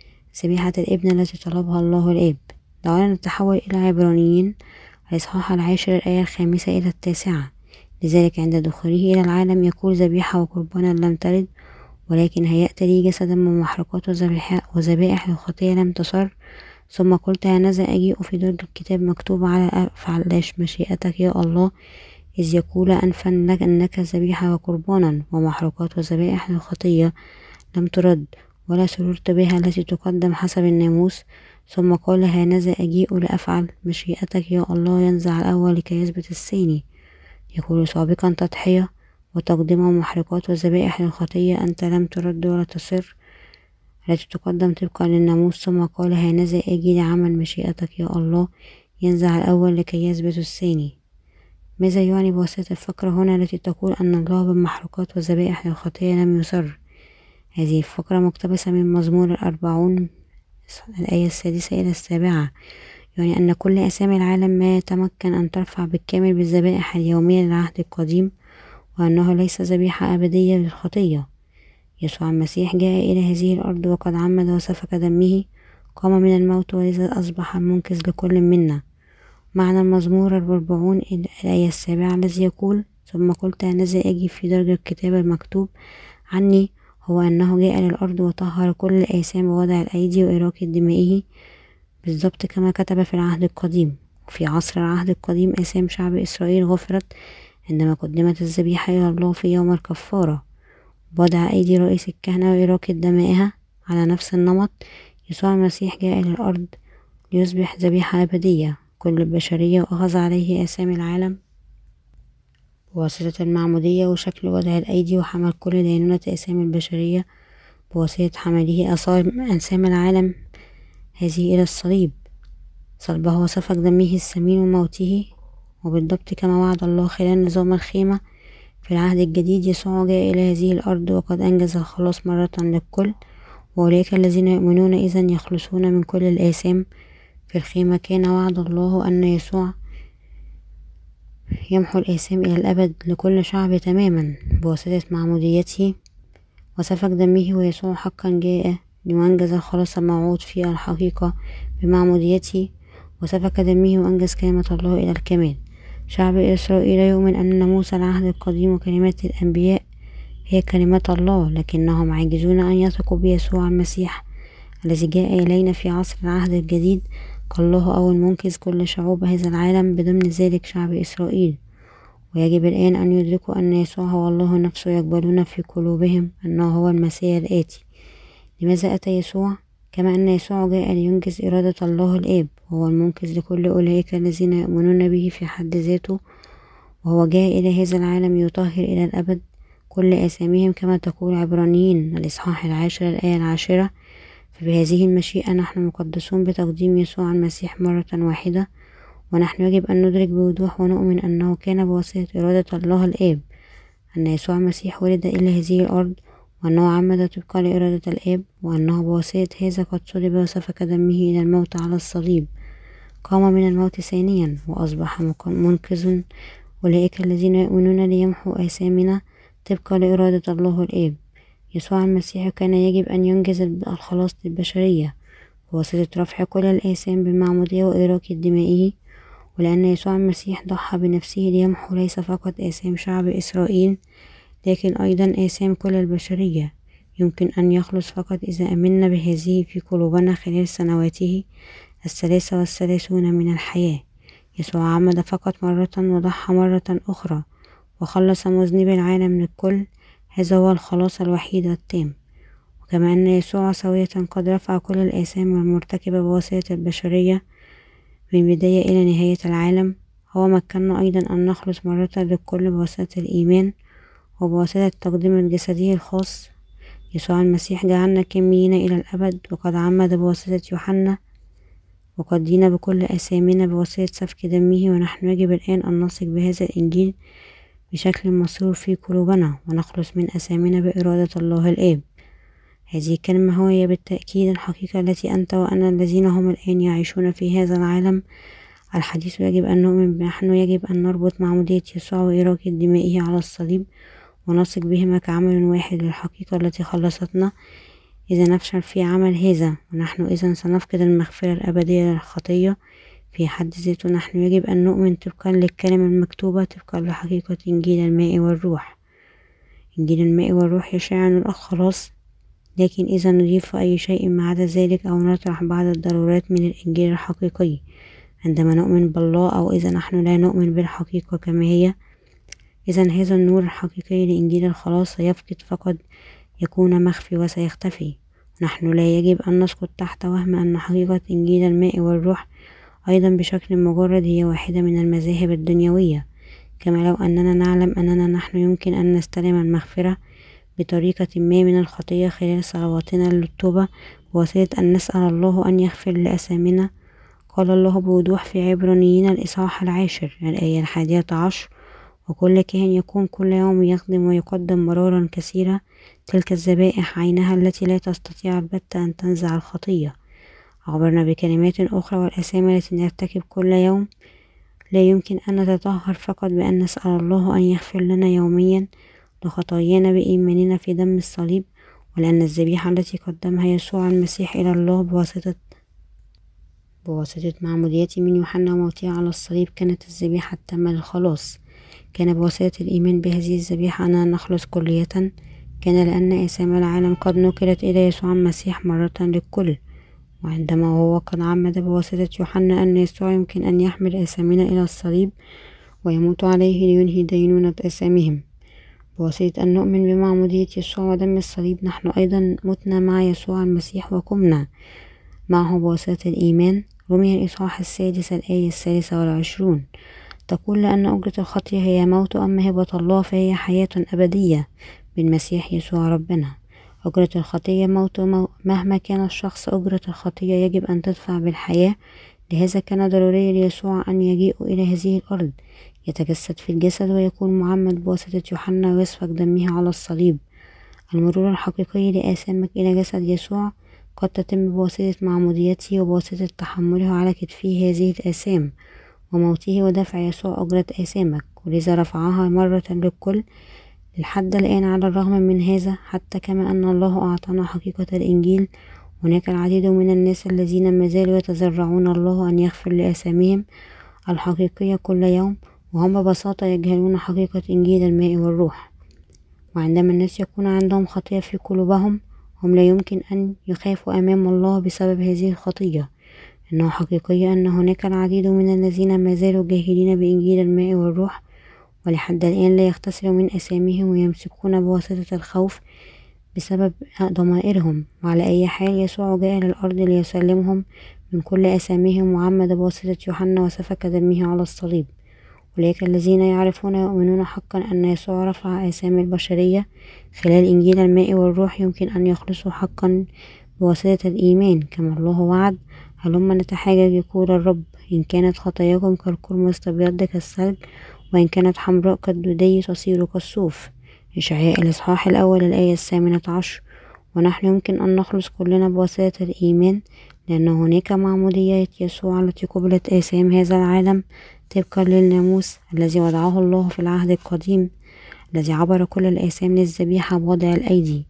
ذبيحة الابن التي طلبها الله الآب. دعونا نتحول إلى عبرانيين الإصحاح العاشر الآية الخامسة إلى التاسعة. لذلك عند دخوله إلى العالم يقول ذبيحة وقربانا لم ترد، ولكن هيأت لي جسدا ومحرقات وذبائح الخطية لم تصر. ثم قلت هانذا أجيء في درج الكتاب مكتوب على أفعل مشيئتك يا الله، إذ يقول أنفا لك أنك ذبيحة وقربانا ومحرقات وذبائح الخطية لم ترد، ولا سررت بها التي تقدم حسب الناموس. ثم قال هانذا أجيء لأفعل مشيئتك يا الله، ينزع الأول لكي يثبت الثاني. يقول سابقا تضحية وتقديم ومحرقات وذبائح الخطية أنت لم ترد ولا تصر التي تقدم طبقا للناموس. ثم قال هانذا آجي لعمل مشيئتك يا الله، ينزع الأول لكي يثبت الثاني. ماذا يعني بواسطة الفقرة هنا التي تقول أن الله بالمحرقات وذبائح الخطية لم يصر؟ هذه الفقرة مقتبسة من مزمور الأربعون الآية السادسة إلى السابعة، يعني أن كل أسامي العالم ما يتمكن أن ترفع بالكامل بالذبائح اليومية للعهد القديم، وأنه ليس ذبيحة أبدية للخطية. يسوع المسيح جاء إلى هذه الأرض وقد عمد وسفك دمه، قام من الموت، ولذا أصبح المنقذ لكل منا. معنى المزمور الأربعون الآية السابعة الذي يقول ثم قلت هانذا آجي في درج الكتاب المكتوب عني، هو أنه جاء للأرض وطهر كل الآثام بوضع الأيدي وإراقة دمائه، بالضبط كما كتب في العهد القديم. وفي عصر العهد القديم آثام شعب إسرائيل غفرت عندما قدمت الذبيحة إلى الله في يوم الكفارة بوضع أيدي رئيس الكهنة وإراقة دمائها. على نفس النمط يسوع المسيح جاء إلى الأرض ليصبح ذبيحة أبدية كل البشرية، وأخذ عليه آثام العالم بواسطة المعمودية وشكل وضع الأيدي، وحمل كل دينونة آثام البشرية بواسطة حمله آثام العالم هذه إلى الصليب. صلبه وسفك دمه الثمين وموته، وبالضبط كما وعد الله خلال نظام الخيمة في العهد الجديد، يسوع جاء إلى هذه الأرض وقد أنجز الخلاص مرة للكل، وأولئك الذين يؤمنون إذن يخلصون من كل الآثام. في الخيمة كان وعد الله أن يسوع يمحو الآثام إلى الأبد لكل شعب تماما بواسطة معموديته وسفك دمه. ويسوع حقا جاء لينجز الخلاص الموعود في الحقيقة بمعموديته وسفك دمه، وأنجز كلمة الله إلى الكمال. شعب إسرائيل يؤمن أن ناموس العهد القديم وكلمات الأنبياء هي كلمات الله، لكنهم عاجزون أن يثقوا بيسوع المسيح الذي جاء إلينا في عصر العهد الجديد كالله أو المنقذ كل شعوب هذا العالم، بضمن ذلك شعب إسرائيل. ويجب الآن أن يدركوا أن يسوع هو الله نفسه، يقبلون في قلوبهم أنه هو المسيح الآتي. لماذا أتى يسوع؟ كما أن يسوع جاء لينجز إرادة الله الآب، وهو المنقذ لكل أولئك الذين يؤمنون به في حد ذاته، وهو جاء إلى هذا العالم يطهر إلى الأبد كل آثامهم كما تقول عبرانيين الإصحاح العاشر الآية العاشرة. فبهذه المشيئة نحن مقدسون بتقديم يسوع المسيح مرة واحدة، ونحن يجب أن ندرك بوضوح ونؤمن أنه كان بواسطة إرادة الله الآب أن يسوع المسيح ولد إلى هذه الأرض، وأنه عمد طبقا لإرادة الآب، وأنه بواسطة هذا قد صلب وسفك دمه إلى الموت على الصليب، قام من الموت ثانيا وأصبح منقذ أولئك الذين يؤمنون ليمحو آثامنا طبقا لإرادة الله الآب. يسوع المسيح كان يجب أن ينجز الخلاص للبشرية، بواسطة رفع كل الآثام بالمعمودية وإراقة دمائه، ولأن يسوع المسيح ضحى بنفسه ليمحو ليس فقط آثام شعب إسرائيل لكن أيضا آثام كل البشرية. يمكن أن يخلص فقط إذا آمنا بهذه في قلوبنا خلال سنواته الثلاثة والثلاثون من الحياة. يسوع عمد فقط مرة وضحى مرة أخرى وخلص مذنبي العالم من الكل. هذا هو الخلاص الوحيد التام. وكما أن يسوع سوية قد رفع كل الآثام المرتكبة بواسطة البشرية من بداية إلى نهاية العالم، هو مكننا أيضا أن نخلص مرة للكل بواسطة الإيمان وبواسطة تقديم جسده الخاص. يسوع المسيح جعلنا كاملين إلى الأبد، وقد عمد بواسطة يوحنا وقد دين بكل آثامنا بواسطة سفك دمه، ونحن يجب الآن أن نثق بهذا الإنجيل بشكل مسرور في قلوبنا ونخلص من آثامنا بإرادة الله الآب. هذه الكلمة هي بالتأكيد الحقيقة التي أنت وأنا الذين هم الآن يعيشون في هذا العالم الحديث يجب أن نؤمن. نحن يجب أن نربط معمودية يسوع وإراقة دمائه على الصليب ونثق بهما كعمل واحد للحقيقة التي خلصتنا. إذا نفشل في عمل هذا ونحن إذن سنفقد المغفرة الأبدية للخطية في حد ذاته. نحن يجب أن نؤمن طبقا للكلمة المكتوبة طبقا لحقيقة إنجيل الماء والروح. إنجيل الماء والروح يشاع عن الخلاص، لكن إذا نضيف أي شيء ما عدا ذلك أو نطرح بعض الضرورات من الإنجيل الحقيقي عندما نؤمن بالله، أو إذا نحن لا نؤمن بالحقيقة كما هي، إذا هذا النور الحقيقي لإنجيل الخلاص سيفقد فقد يكون مخفي وسيختفي. نحن لا يجب أن نسقط تحت وهم أن حقيقة إنجيل الماء والروح أيضا بشكل مجرد هي واحدة من المذاهب الدنيوية، كما لو أننا نعلم أننا نحن يمكن أن نستلم المغفرة بطريقة ما من الخطية خلال صلواتنا للتوبة بواسطة أن نسأل الله أن يغفر لأثامنا. قال الله بوضوح في عبرانيين الإصحاح العاشر الآية الحادية عشر: وكل كاهن يكون كل يوم يخدم ويقدم مرارا كثيرة تلك الذبائح عينها التي لا تستطيع البتة أن تنزع الخطية. أخبرنا بكلمات أخرى والآثام التي نرتكب كل يوم لا يمكن أن نتطهر فقط بأن نسأل الله أن يغفر لنا يوميا لخطايانا بإيماننا في دم الصليب، ولأن الذبيحة التي قدمها يسوع المسيح إلى الله بواسطة بواسطة معموديته من يوحنا وموته على الصليب كانت الذبيحة التامة للخلاص. كان بواسطة الإيمان بهذه الذبيحة أننا نخلص كلية. كان لأن آثام العالم قد نقلت إلى يسوع المسيح مرة للكل، وعندما هو قد عمد بواسطة يوحنا أن يسوع يمكن أن يحمل آثامنا إلى الصليب ويموت عليه لينهي دينونة آثامهم. بواسطة أن نؤمن بمعمودية يسوع ودم الصليب نحن أيضا متنا مع يسوع المسيح وقمنا معه بواسطة الإيمان. رمي الإصحاح السادس الآية الثالثة والعشرون تقول: لأن أجرة الخطية هي موت، أما هبة الله فهي حياة أبدية بالمسيح يسوع ربنا. أجرة الخطية موت، مهما كان الشخص أجرة الخطية يجب أن تدفع بالحياة. لهذا كان ضروري ليسوع أن يجيء إلى هذه الأرض يتجسد في الجسد ويكون معمد بواسطة يوحنا ويسفك دمه على الصليب. المرور الحقيقي لآثامك إلى جسد يسوع قد تتم بواسطة معموديته وبواسطة تحمله على كتفه هذه الآثام وموته ودفع يسوع أجرة آثامك، ولذا رفعها مرة للكل. لحد الآن على الرغم من هذا، حتى كما أن الله أعطانا حقيقة الإنجيل، هناك العديد من الناس الذين ما زالوا يتذرعون الله أن يغفر لآثامهم الحقيقية كل يوم، وهم ببساطة يجهلون حقيقة إنجيل الماء والروح. وعندما الناس يكون عندهم خطية في قلوبهم هم لا يمكن أن يخافوا أمام الله بسبب هذه الخطية. إنه حقيقي أن هناك العديد من الذين ما زالوا جاهلين بإنجيل الماء والروح، ولحد الآن لا يغتسلوا من آثامهم ويمسكون بواسطة الخوف بسبب ضمائرهم. وعلى أي حال، يسوع جاء إلى الأرض ليسلمهم من كل آثامهم وعمد بواسطة يوحنا وسفك دمه على الصليب. أولئك الذين يعرفون ويؤمنون حقا أن يسوع رفع آثام البشرية خلال إنجيل الماء والروح يمكن أن يخلصوا حقا بواسطة الإيمان كما الله وعد. هلما نتحاجج يقول الرب: إن كانت خطاياكم كالقرمز تبيض كالثلج، وإن كانت حمراء كالدودي تصير كالصوف. إشعياء الإصحاح الأول الآية الثامنة عشر. ونحن يمكن أن نخلص كلنا بواسطة الإيمان، لأن هناك معمودية يسوع التي قبلت آثام هذا العالم طبقا للناموس الذي وضعه الله في العهد القديم، الذي عبر كل الآثام للذبيحة بوضع الأيدي.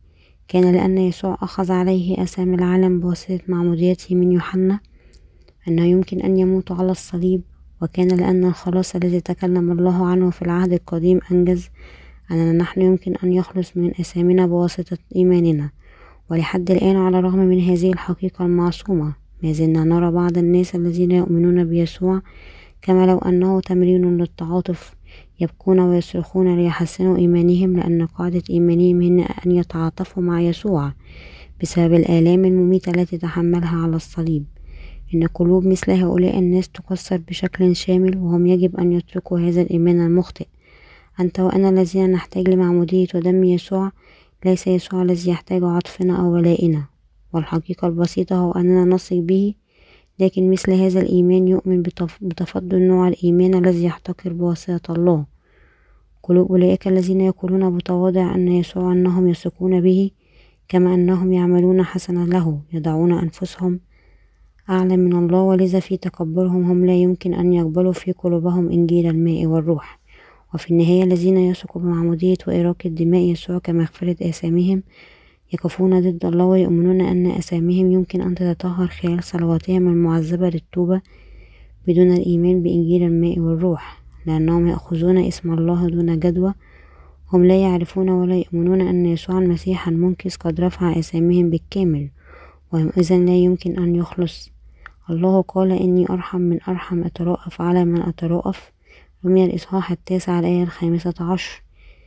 كان لأن يسوع أخذ عليه آثام العالم بواسطة معموديته من يوحنا أنه يمكن أن يموت على الصليب، وكان لأن الخلاص الذي تكلم الله عنه في العهد القديم أنجز أننا نحن يمكن أن يخلص من آثامنا بواسطة إيماننا. ولحد الآن على الرغم من هذه الحقيقة المعصومة ما زلنا نرى بعض الناس الذين يؤمنون بيسوع كما لو أنه تمرين للتعاطف، يبكون ويصرخون ليحسنوا إيمانهم، لأن قاعدة إيمانهم هي أن يتعاطفوا مع يسوع بسبب الآلام المميتة التي تحملها على الصليب. إن قلوب مثل هؤلاء الناس تكسر بشكل شامل، وهم يجب أن يتركوا هذا الإيمان المخطئ. أنت وأنا الذين نحتاج لمعمودية ودم يسوع، ليس يسوع الذي يحتاج عطفنا أو ولائنا. والحقيقة البسيطة هو أننا نثق به، لكن مثل هذا الإيمان يؤمن بتفضل نوع الإيمان الذي يحتقر بواسطة الله. قلوب أولئك الذين يقولون بتواضع أن يسوع أنهم يثقون به كما أنهم يعملون حسنا له، يضعون أنفسهم أعلى من الله، ولذا في تكبرهم هم لا يمكن أن يقبلوا في قلوبهم إنجيل الماء والروح. وفي النهاية الذين يثقوا بمعمودية وإراقة دماء يسوع كمغفرة آثامهم يقفون ضد الله، ويؤمنون أن آثامهم يمكن أن تتطهر خلال صلواتهم المعذبة للتوبة بدون الإيمان بإنجيل الماء والروح، لأنهم يأخذون اسم الله دون جدوى. هم لا يعرفون ولا يؤمنون أن يسوع المسيح المنقذ قد رفع آثامهم بالكامل، وهم إذن لا يمكن أن يخلص. الله قال إني أرحم من أرحم، أترأف على من أترأف. رمي الإصحاح التاسع الآية الخامسة عشر.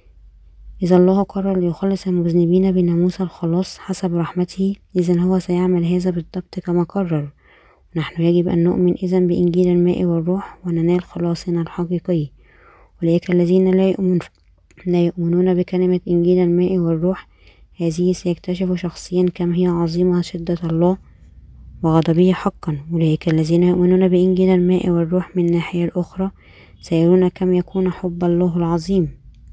إذا الله قرر ليخلص المذنبين بناموس الخلاص حسب رحمته، إذن هو سيعمل هذا بالضبط كما قرر. ونحن يجب أن نؤمن إذن بإنجيل الماء والروح وننال خلاصنا الحقيقي. أولئك الذين لا يؤمنون لا يؤمنون بكلمة إنجيل الماء والروح، هذه سيكتشفوا شخصيا كم هي عظيمة شدة الله وغضبه حقا. أولئك الذين يؤمنون بإنجيل الماء والروح من الناحية الأخرى سيرون كم يكون حب الله العظيم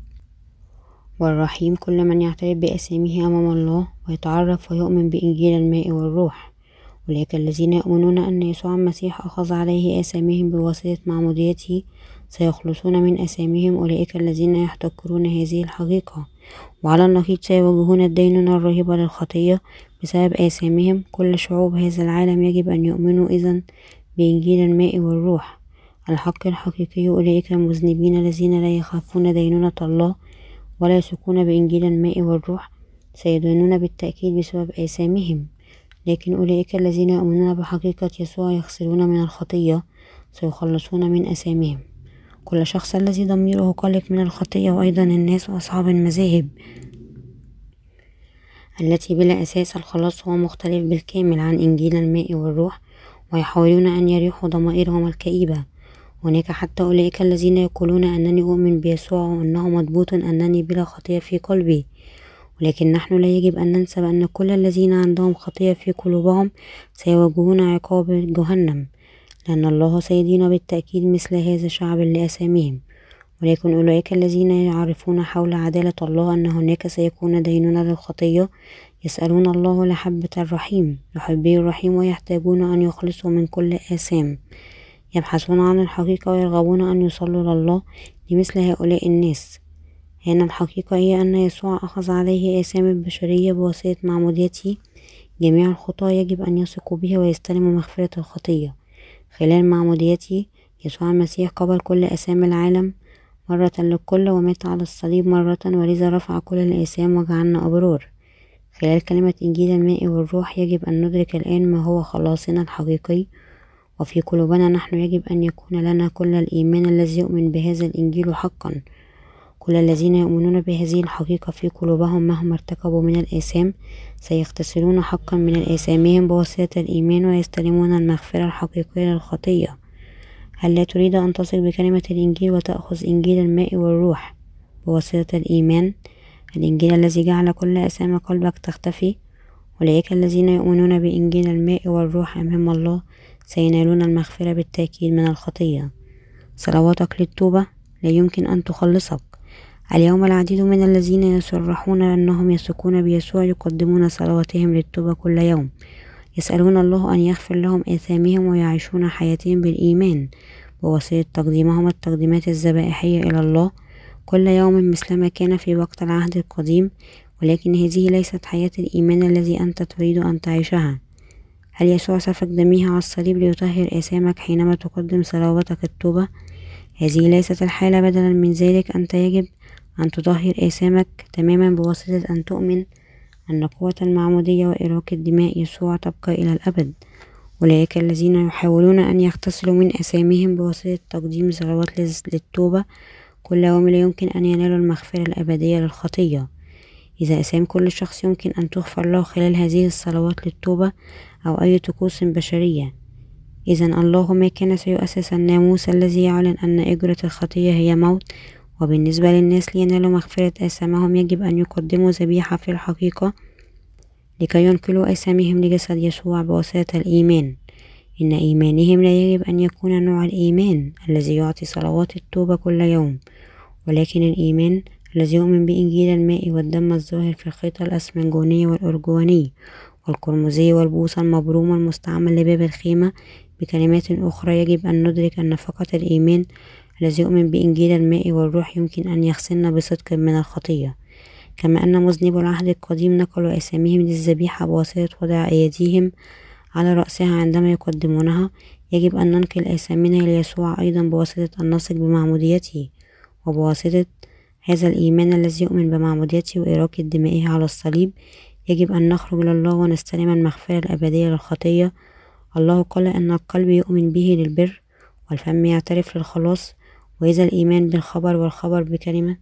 والرحيم كل من يعترف بأسامه أمام الله ويتعرف ويؤمن بإنجيل الماء والروح. أولئك الذين يؤمنون أن يسوع المسيح أخذ عليه آثامهم بواسطة معموديته سيخلصون من آثامهم. أولئك الذين يحتقرون هذه الحقيقة وعلى النقيض سيواجهون الدينونة الرهيبة للخطية بسبب آثامهم. كل شعوب هذا العالم يجب أن يؤمنوا إذن بإنجيل الماء والروح الحق الحقيقي. أولئك المذنبين الذين لا يخافون دينونة الله ولا يثقون بإنجيل الماء والروح سيدينون بالتأكيد بسبب آثامهم، لكن أولئك الذين يؤمنون بحقيقة يسوع يغسلون من الخطية سيخلصون من آثامهم. كل شخص الذي ضميره قلق من الخطية، وأيضا الناس وأصحاب المذاهب التي بلا أساس الخلاص هو مختلف بالكامل عن إنجيل الماء والروح ويحاولون أن يريحوا ضمائرهم الكئيبة. هناك حتى أولئك الذين يقولون أنني أؤمن بيسوع وأنه مضبوط أنني بلا خطية في قلبي، ولكن نحن لا يجب أن ننسى أن كل الذين عندهم خطية في قلوبهم سيواجهون عقاب جهنم، لأن الله سيدين بالتأكيد مثل هذا الشعب لآثامهم. ولكن أولئك الذين يعرفون حول عدالة الله أن هناك سيكون دينونة للخطية يسألون الله لحبة الرحيم يحبه الرحيم ويحتاجون أن يخلصوا من كل آثام. يبحثون عن الحقيقة ويرغبون أن يصلوا لله لمثل هؤلاء الناس. هنا الحقيقة هي أن يسوع أخذ عليه آثام البشرية بواسطة معموديته. جميع الخطاة يجب أن يثقوا به ويستلموا مغفرة الخطية. خلال معموديته يسوع المسيح قبل كل آثام العالم مرة للكل ومات على الصليب مرة، ولذا رفع كل الآثام وجعلنا أبرار. خلال كلمة إنجيل الماء والروح يجب أن ندرك الآن ما هو خلاصنا الحقيقي، وفي قلوبنا نحن يجب أن يكون لنا كل الإيمان الذي يؤمن بهذا الإنجيل حقا. كل الذين يؤمنون بهذه الحقيقة في قلوبهم مهما ارتكبوا من الآثام سيغتسلون حقا من آثامهم بواسطة الإيمان ويستلمون المغفرة الحقيقية للخطية. هل لا تريد أن تثق بكلمة الإنجيل وتأخذ إنجيل الماء والروح بواسطة الإيمان، الإنجيل الذي جعل كل آثام قلبك تختفي؟ أولئك الذين يؤمنون بإنجيل الماء والروح أمام الله سينالون المغفرة بالتأكيد من الخطية. صلواتك للتوبة لا يمكن أن تخلصك. اليوم العديد من الذين يصرحون أنهم يثقون بيسوع يقدمون صلواتهم للتوبة كل يوم، يسألون الله أن يغفر لهم آثامهم ويعيشون حياتهم بالإيمان بواسطة تقديمهم التقديمات الذبائحية إلى الله كل يوم مثلما كان في وقت العهد القديم، ولكن هذه ليست حياة الإيمان الذي أنت تريد أن تعيشها. هل يسوع سفك دمه على الصليب ليطهر آثامك حينما تقدم صلواتك التوبة؟ هذه ليست الحالة. بدلا من ذلك أنت يجب أن تطهر آثامك تماما بواسطة أن تؤمن أن قوة المعمودية وإراقة دماء يسوع تبقى إلى الأبد. أولئك الذين يحاولون أن يغتسلوا من آثامهم بواسطة تقديم صلوات للتوبة كل يوم لا يمكن أن ينالوا المغفرة الأبدية للخطية. إذا آثام كل شخص يمكن أن تغفر له خلال هذه الصلوات للتوبة أو أي طقوس بشرية، إذن الله ما كان سيؤسس الناموس الذي يعلن أن أجرة الخطية هي موت. وبالنسبة للناس لينالوا مغفرة آثامهم يجب أن يقدموا ذبيحة في الحقيقة لكي ينقلوا آثامهم لجسد يسوع بواسطة الإيمان. إن إيمانهم لا يجب أن يكون نوع الإيمان الذي يعطي صلوات التوبة كل يوم، ولكن الإيمان الذي يؤمن بإنجيل الماء والدم الظاهر في الخيط الأسمنجوني والأرجواني والقرمزي والبوصة المبرومة المستعمل لباب الخيمة. بكلمات أخرى يجب أن ندرك أن فقط الإيمان الذي يؤمن بإنجيل الماء والروح يمكن أن يغسلنا بصدق من الخطية. كما أن مذنبو العهد القديم نقلوا آثامهم للذبيحة بواسطة وضع أيديهم على رأسها عندما يقدمونها، يجب أن ننقل آثامنا ليسوع أيضا بواسطة أن نثق بمعموديته وبواسطة هذا الإيمان الذي يؤمن بمعموديته وإراقة دمائه على الصليب. يجب أن نخرج لله ونستلم المغفرة الأبدية للخطية. الله قال أن القلب يؤمن به للبر والفم يعترف للخلاص، وإذا الإيمان بالخبر والخبر بكلمة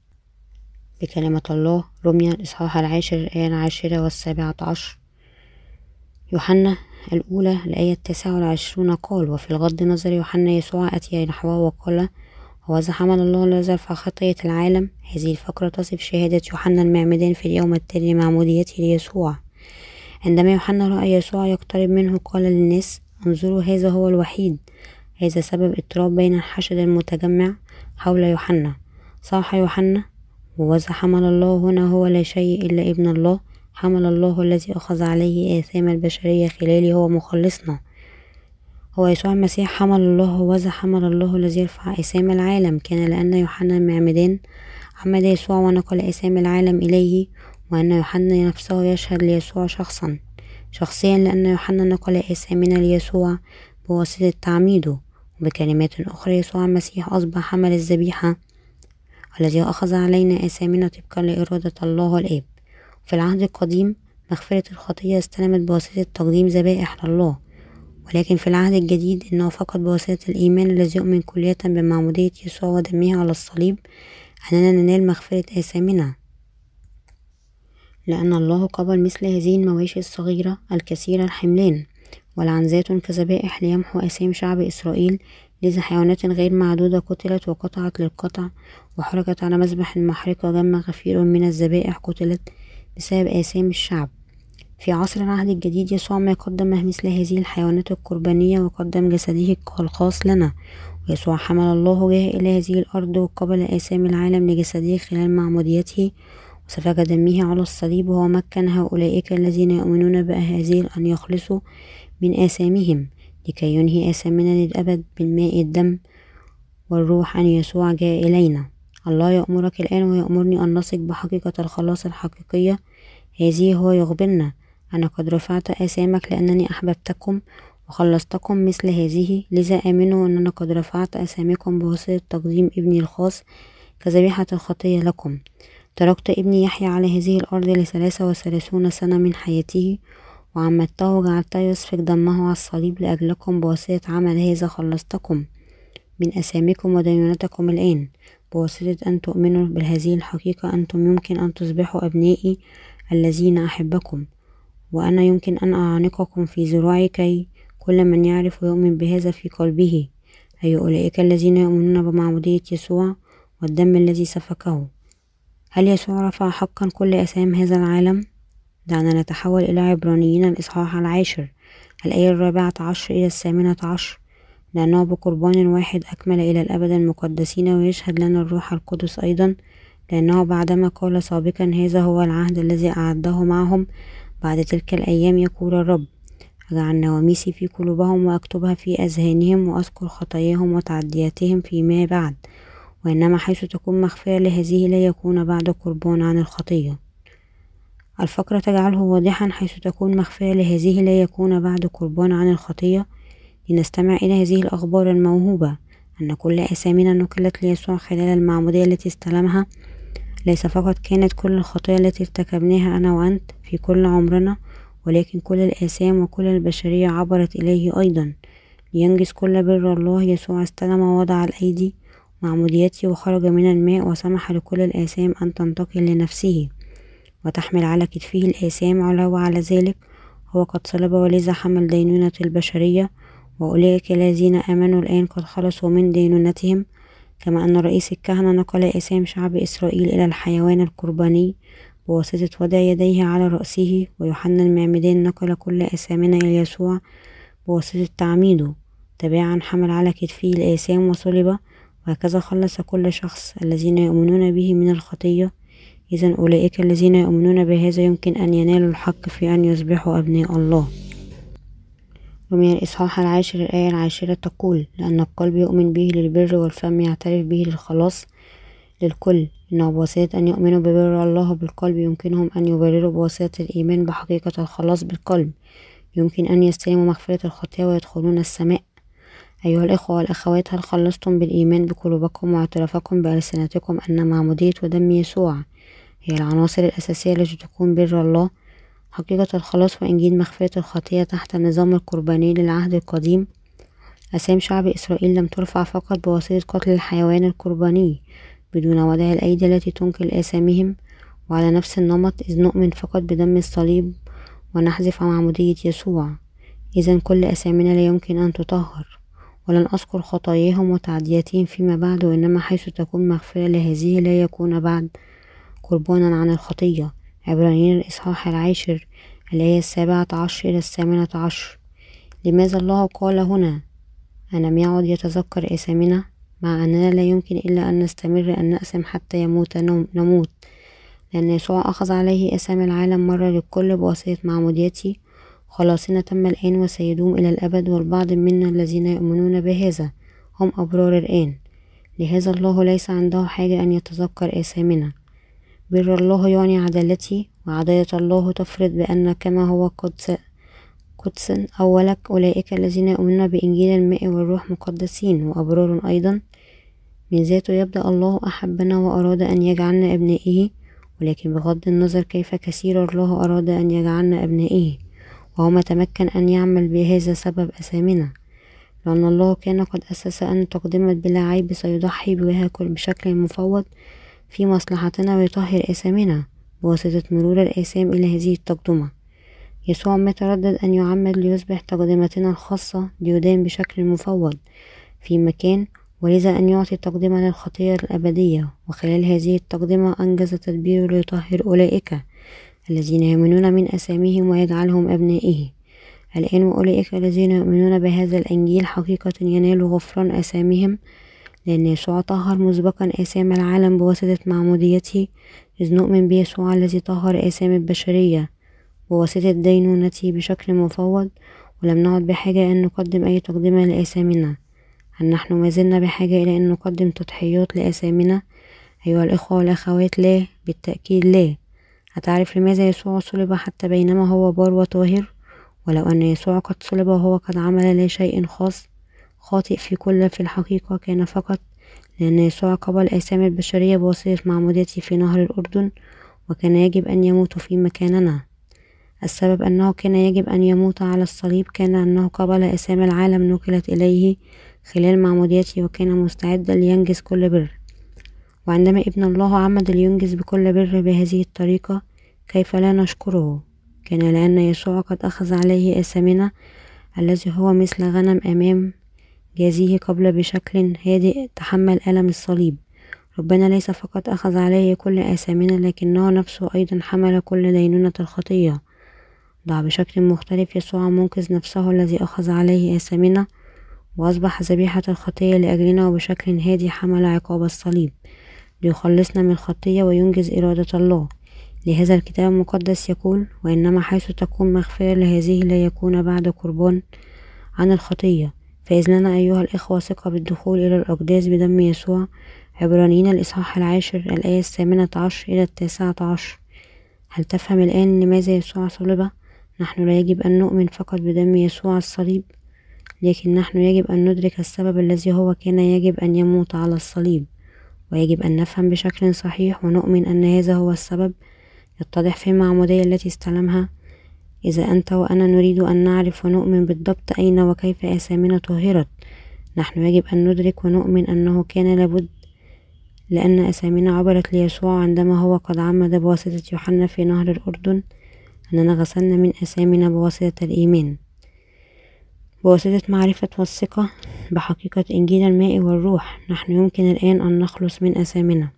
بكلمة الله. رمية الإصحاح العاشر الآية العاشرة والسابعة عشر. يوحنا الأولى الآية التاسعة والعشرون قال: وفي الغض نظر يوحنا يسوع أتي نحوه وقال: هوذا حمل الله الذي يرفع خطية العالم. هذه الفقرة تصف شهادة يوحنا المعمدان في اليوم التالي لمعموديته ليسوع. عندما يوحنا رأى يسوع يقترب منه قال للناس: انظروا، هذا هو الوحيد. هذا سبب اضطراب بين الحشد المتجمع حول يوحنا. صاح يوحنا: ووذا حمل الله هنا هو لا شيء إلا ابن الله، حمل الله الذي أخذ عليه آثام البشرية خلالي هو مخلصنا. هو يسوع المسيح حمل الله. وذا حمل الله الذي يرفع آثام العالم. كان لأن يوحنا المعمدان عمد يسوع ونقل آثام العالم إليه، وأن يوحنا نفسه يشهد ليسوع شخصا شخصيا لأن يوحنا نقل آثامنا ليسوع بواسطة تعميده. وبكلمات أخرى يسوع المسيح أصبح حمل الذبيحة الذي أخذ علينا آثامنا طبقا لإرادة الله الآب. في العهد القديم مغفرة الخطية استلمت بواسطة تقديم ذبائح لله، ولكن في العهد الجديد إنه فقط بواسطة الإيمان الذي يؤمن كلية بمعمودية يسوع ودمه على الصليب أننا ننال مغفرة آثامنا. لأن الله قبل مثل هذه المواشي الصغيرة الكثيرة الحملان والعنزات كذبائح ليمحو آثام شعب إسرائيل، لذا حيوانات غير معدودة قتلت وقطعت للقطع وحرقت على مذبح المحرقة. جم غفير من الذبائح قتلت بسبب آثام الشعب. في عصر العهد الجديد يسوع ما قدم مثل هذه الحيوانات القربانية وقدم جسده الخاص لنا. ويسوع حمل الله جاء إلى هذه الأرض وقبل آثام العالم لجسده خلال معموديته وسفك دمه على الصليب، وهو مكن هؤلاء الذين يؤمنون بهذه أن يخلصوا من آثامهم لكي ينهي آثامنا للأبد بالماء الدم والروح. أن يسوع جاء إلينا. الله يأمرك الآن ويأمرني أن نثق بحقيقة الخلاص الحقيقية. هذه هو يخبرنا: أنا قد رفعت آثامك لأنني أحببتكم وخلصتكم مثل هذه، لذا آمنوا أننا قد رفعت آثامكم بواسطة تقديم ابني الخاص كذبيحة الخطية لكم. تركت ابني يحيى على هذه الأرض لثلاثة وثلاثون سنة من حياته، وعمدته وجعلته يسفك دمه على الصليب لأجلكم. بواسطة عمل هذا خلصتكم من آثامكم ودينونتكم. الآن بواسطة أن تؤمنوا بهذه الحقيقة أنتم يمكن أن تصبحوا أبنائي الذين أحبكم، وأنا يمكن أن أعانقكم في ذراعي كي كل من يعرف ويؤمن بهذا في قلبه، أي أولئك الذين يؤمنون بمعمودية يسوع والدم الذي سفكه. هل يسوع رفع حقا كل آثام هذا العالم؟ دعنا نتحول إلى عبرانيين الإصحاح العاشر الآية الرابعة عشر إلى الثامنة عشر. لأنه بقربان واحد أكمل إلى الأبد المقدسين، ويشهد لنا الروح القدس أيضا، لأنه بعدما قال سابقا: هذا هو العهد الذي أعده معهم بعد تلك الأيام، يقول الرب: أجعل نواميسي في قلوبهم وأكتبها في أذهانهم وأذكر خطاياهم وتعدياتهم فيما بعد. وإنما حيث تكون مغفرة لهذه لا يكون بعد قربان عن الخطية. الفقرة تجعله واضحا حيث تكون مغفرة لهذه لا يكون بعد قربان عن الخطية. لنستمع إلى هذه الأخبار الموهوبة أن كل آثامنا نقلت ليسوع خلال المعمودية التي استلمها. ليس فقط كانت كل الخطايا التي ارتكبناها أنا وأنت في كل عمرنا، ولكن كل الآثام وكل البشرية عبرت إليه أيضا لينجز كل بر الله. يسوع استلم ووضع الأيدي معموديته وخرج من الماء وسمح لكل الآثام أن تنتقل لنفسه وتحمل على كتفه الآثام. علاوة على ذلك هو قد صلب ولذا حمل دينونة البشرية، وأولئك الذين آمنوا الآن قد خلصوا من دينونتهم. كما أن رئيس الكهنة نقل آثام شعب إسرائيل إلى الحيوان القرباني بواسطة وضع يديه على رأسه، ويوحنا المعمدان نقل كل آثامنا إلى يسوع بواسطة تعميده. تباعا حمل على كتفه الآثام وصلب، وهكذا خلص كل شخص الذين يؤمنون به من الخطية. إذن أولئك الذين يؤمنون بهذا يمكن أن ينالوا الحق في أن يصبحوا أبناء الله. رمي الإصحاح العاشر الآية العاشرة تقول: لأن القلب يؤمن به للبر والفم يعترف به للخلاص للكل. إنه بواسطة أن يؤمنوا ببر الله بالقلب يمكنهم أن يبرروا بواسطة الإيمان بحقيقة الخلاص بالقلب. يمكن أن يستلموا مغفرة الخطايا ويدخلون السماء. أيها الإخوة والأخوات، هل خلصتم بالإيمان بقلوبكم واعترافكم بألسنتكم أن معمودية ودم يسوع هي العناصر الأساسية التي تكون بر الله؟ حقيقة الخلاص وإنجيل مغفرة الخطية تحت النظام القرباني للعهد القديم. آثام شعب إسرائيل لم ترفع فقط بواسطة قتل الحيوان القرباني بدون وضع الأيدي التي تنقل آثامهم، وعلى نفس النمط إذ نؤمن فقط بدم الصليب ونحذف معمودية يسوع. إذن كل آثامنا لا يمكن أن تطهر. ولن أذكر خطاياهم وتعدياتهم فيما بعد، وإنما حيث تكون مغفرة لهذه لا يكون بعد قربانا عن الخطية. عبرانيين الإصحاح العاشر الآية السابعة عشر إلى الثامنة عشر. لماذا الله قال هنا ألم يعد يتذكر آثامنا؟ مع أننا لا يمكن إلا أن نستمر أن نأثم حتى يموت نموت، لأن يسوع أخذ عليه آثام العالم مرة للكل بواسطة معموديته. خلاصنا تم الآن وسيدوم إلى الأبد، والبعض منا الذين يؤمنون بهذا هم أبرار الآن. لهذا الله ليس عنده حاجة أن يتذكر آثامنا. بر الله يعني عدالتي، وعدالة الله تفرض بأن كما هو قدس قدس أولك أولئك الذين يؤمنون بإنجيل الماء والروح مقدسين وأبرار أيضا. من ذاته يبدأ الله أحبنا وأراد أن يجعلنا أبنائه، ولكن بغض النظر كيف كثير الله أراد أن يجعلنا أبنائه، وهو ما تمكن أن يعمل بهذا سبب آثامنا. لأن الله كان قد أسس أن تقدمت بلا عيب سيضحي بها بشكل مفوض في مصلحتنا ويطهر آثامنا بواسطة مرور الآثام إلى هذه التقدمة. يسوع ما تردد أن يعمد ليصبح تقدمتنا الخاصة ليدان بشكل مفوض في مكان، ولذا أن يعطي تقدمة للخطية الأبدية. وخلال هذه التقدمة أنجز تدبيره ليطهر أولئك الذين يؤمنون من آثامهم ويجعلهم أبنائه. الآن وأولئك الذين يؤمنون بهذا الإنجيل حقيقة ينالوا غفران آثامهم، لأن يسوع طهر مسبقا آثام العالم بواسطة معموديته، إذ نؤمن بيسوع الذي طهر آثام البشرية بواسطة دينونته بشكل مفوض، ولم نعد بحاجة أن نقدم أي تقدمة لآثامنا. هل نحن ما زلنا بحاجة إلى أن نقدم تضحيات لآثامنا؟ أيها الإخوة والأخوات، لا، بالتأكيد لا. هتعرف لماذا يسوع صلب حتى بينما هو بار وطاهر؟ ولو أن يسوع قد صلب وهو قد عمل لا شيء خاص خاطئ في كل في الحقيقة كان فقط لأن يسوع قبل آثام البشرية بواسطة معموديته في نهر الأردن، وكان يجب أن يموت في مكاننا. السبب أنه كان يجب أن يموت على الصليب كان أنه قبل آثام العالم نقلت إليه خلال معموديته، وكان مستعدا لينجز كل بر. وعندما ابن الله عمد لينجز بكل بر بهذه الطريقة، كيف لا نشكره؟ كان لأن يسوع قد أخذ عليه آثامنا الذي هو مثل غنم أمام جازيه قبل بشكل هادئ تحمل ألم الصليب. ربنا ليس فقط أخذ عليه كل آثامنا، لكنه نفسه أيضا حمل كل دينونة الخطية. ضع بشكل مختلف يسوع منقذ نفسه الذي أخذ عليه آثامنا وأصبح ذبيحة الخطية لأجلنا، وبشكل هادي حمل عقاب الصليب ليخلصنا من الخطية وينجز إرادة الله. لهذا الكتاب المقدس يقول: وإنما حيث تكون مغفرة لهذه لا يكون بعد قربان عن الخطية. فإذ لنا أيها الإخوة ثقة بالدخول إلى الأقداس بدم يسوع. عبرانيين الإصحاح العاشر الآية الثامنة عشر إلى التاسعة عشر. هل تفهم الآن لماذا يسوع صلب؟ نحن لا يجب أن نؤمن فقط بدم يسوع الصليب، لكن نحن يجب أن ندرك السبب الذي هو كان يجب أن يموت على الصليب، ويجب أن نفهم بشكل صحيح ونؤمن أن هذا هو السبب يتضح في المعمودية التي استلمها. إذا أنت وأنا نريد أن نعرف ونؤمن بالضبط أين وكيف آثامنا طهرت، نحن يجب أن ندرك ونؤمن أنه كان لابد، لأن آثامنا عبرت ليسوع عندما هو قد عمد بواسطة يوحنا في نهر الأردن، أننا غسلنا من آثامنا بواسطة الإيمان، بواسطة معرفة والثقة بحقيقة إنجيل الماء والروح. نحن يمكن الآن أن نخلص من آثامنا.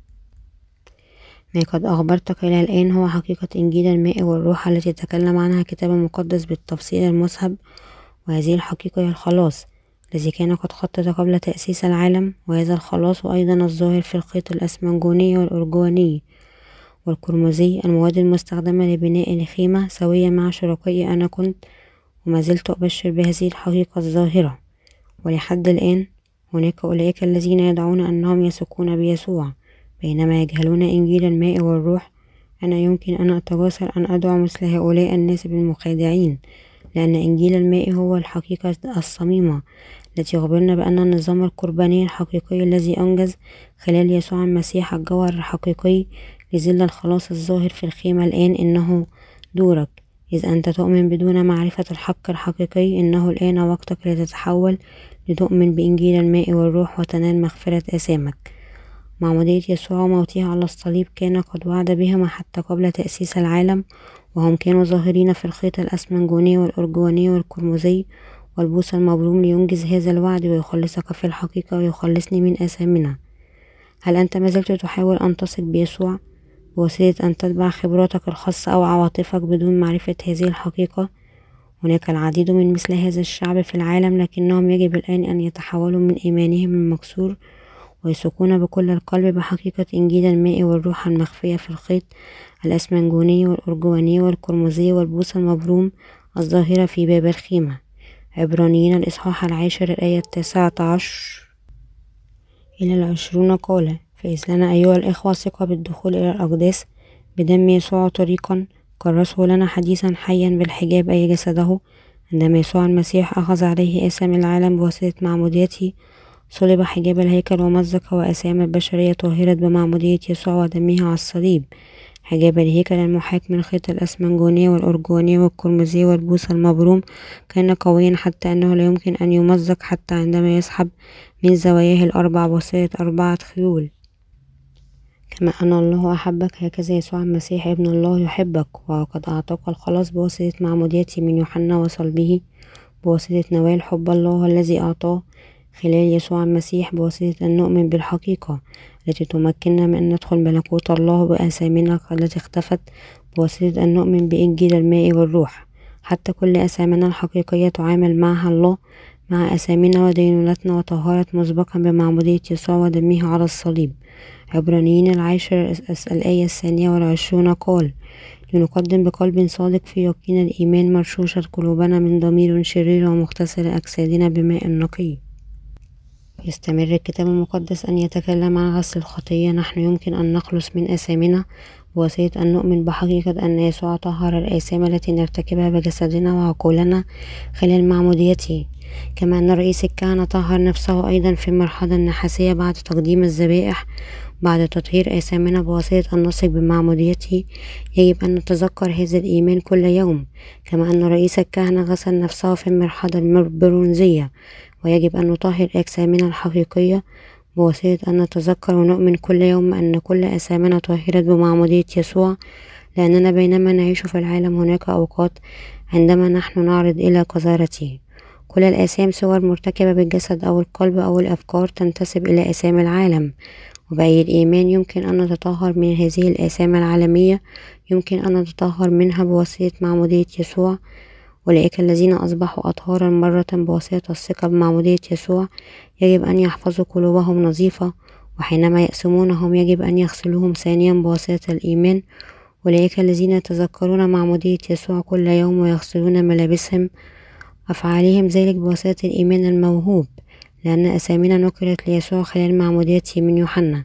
ما قد أخبرتك إلى الآن هو حقيقة إنجيل الماء والروح التي تكلم عنها الكتاب المقدس بالتفصيل المذهب، وهذه الحقيقة هي الخلاص الذي كان قد خطط قبل تأسيس العالم، وهذا الخلاص أيضا الظاهر في الخيط الأسمنجوني والأرجواني والقرمزي، المواد المستخدمة لبناء الخيمة، سويا مع شركائي أنا كنت وما زلت أبشر بهذه الحقيقة الظاهرة. ولحد الآن هناك أولئك الذين يدعون أنهم يثقون بيسوع بينما يجهلون إنجيل الماء والروح. أنا يمكن أن أتجاسر أن أدعو مثل هؤلاء الناس بالمخادعين، لأن إنجيل الماء هو الحقيقة الصميمة التي يخبرنا بأن النظام القرباني الحقيقي الذي أنجز خلال يسوع المسيح الجوهر الحقيقي لظل الخلاص الظاهر في الخيمة الآن إنه دورك. إذا أنت تؤمن بدون معرفة الحق الحقيقي، إنه الآن وقتك لتتحول لتؤمن بإنجيل الماء والروح وتنال مغفرة آثامك. معمودية يسوع وموته على الصليب كان قد وعد بهما حتى قبل تأسيس العالم، وهم كانوا ظاهرين في الخيط الأسمنجوني والأرجواني والقرمزي والبوص المبروم لينجز هذا الوعد ويخلصك في الحقيقة ويخلصني من آثامنا. هل أنت ما زلت تحاول أن تثق بيسوع بواسطة أن تتبع خبراتك الخاصة أو عواطفك بدون معرفة هذه الحقيقة؟ هناك العديد من مثل هذا الشعب في العالم، لكنهم يجب الآن أن يتحولوا من إيمانهم المكسور ويثقون بكل القلب بحقيقة إنجيل الماء والروح المخفية في الخيط الأسمنجوني والأرجواني والقرمزي والبوص المبروم الظاهرة في باب الخيمة. عبرانيين الإصحاح العاشر الآية التاسعة عشر إلى العشرون قال: فإذ لنا أيها الإخوة ثقة بالدخول إلى الأقداس بدم يسوع طريقا كرسه لنا حديثا حيا بالحجاب أي جسده، عندما يسوع المسيح أخذ عليه آثام العالم بواسطة معموديته، صلب حجاب الهيكل ومزق وآثام البشرية طهرت بمعمودية يسوع ودمه على الصليب. حجاب الهيكل المحاك من خيط الأسمنجوني والأرجواني والقرمزي والبوص المبروم كان قويا حتى أنه لا يمكن أن يمزق حتى عندما يسحب من زواياه الأربع بواسطة أربعة خيول. كما أن الله أحبك هكذا يسوع المسيح ابن الله يحبك، وقد أعطاك الخلاص بواسطة معموديته من يوحنا وصلبه، بواسطة نوال حب الله الذي أعطاه خلال يسوع المسيح، بواسطة أن نؤمن بالحقيقة التي تمكننا من أن ندخل ملكوت الله بآثامنا التي اختفت، بواسطة أن نؤمن بإنجيل الماء والروح. حتى كل آثامنا الحقيقية تعامل معها الله مع آثامنا ودينونتنا وطهرت مسبقا بمعمودية يسوع ودمه على الصليب. عبرانيين العاشر الآية الثانية والعشرون قال: لنقدم بقلب صادق في يقين الإيمان مرشوشة قلوبنا من ضمير شرير ومغتسل أجسادنا بماء نقي. يستمر الكتاب المقدس أن يتكلم عن غسل الخطية. نحن يمكن أن نخلص من آثامنا بواسطة أن نؤمن بحقيقة أن يسوع طهر الآثام التي نرتكبها بجسدنا وعقولنا خلال معموديته، كما أن رئيس الكهنة طهر نفسه أيضا في المرحلة النحاسية بعد تقديم الذبائح. بعد تطهير آثامنا بواسطة أن نثق بمعموديته، يجب أن نتذكر هذا الإيمان كل يوم، كما أن رئيس الكهنة غسل نفسه في المرحلة البرونزية، ويجب أن نطهر أجسامنا الحقيقية بواسطة أن نتذكر ونؤمن كل يوم أن كل آثامنا طهرت بمعمودية يسوع، لأننا بينما نعيش في العالم هناك أوقات عندما نحن نعرض إلى قذارته. كل الآثام سواء مرتكبة بالجسد أو القلب أو الأفكار تنتسب إلى آثام العالم، وبأي الإيمان يمكن أن نتطهر من هذه الآثام العالمية. يمكن أن نتطهر منها بواسطة معمودية يسوع. أولئك الذين أصبحوا أطهارا مرة بواسطة الثقة بمعمودية يسوع يجب أن يحفظوا قلوبهم نظيفة، وحينما يأثمونهم يجب أن يغسلوهم ثانيا بواسطة الإيمان. أولئك الذين يتذكرون معمودية يسوع كل يوم ويغسلون ملابسهم أفعالهم ذلك بواسطة الإيمان الموهوب، لأن أسامينا نقلت ليسوع خلال معموديته من يوحنا.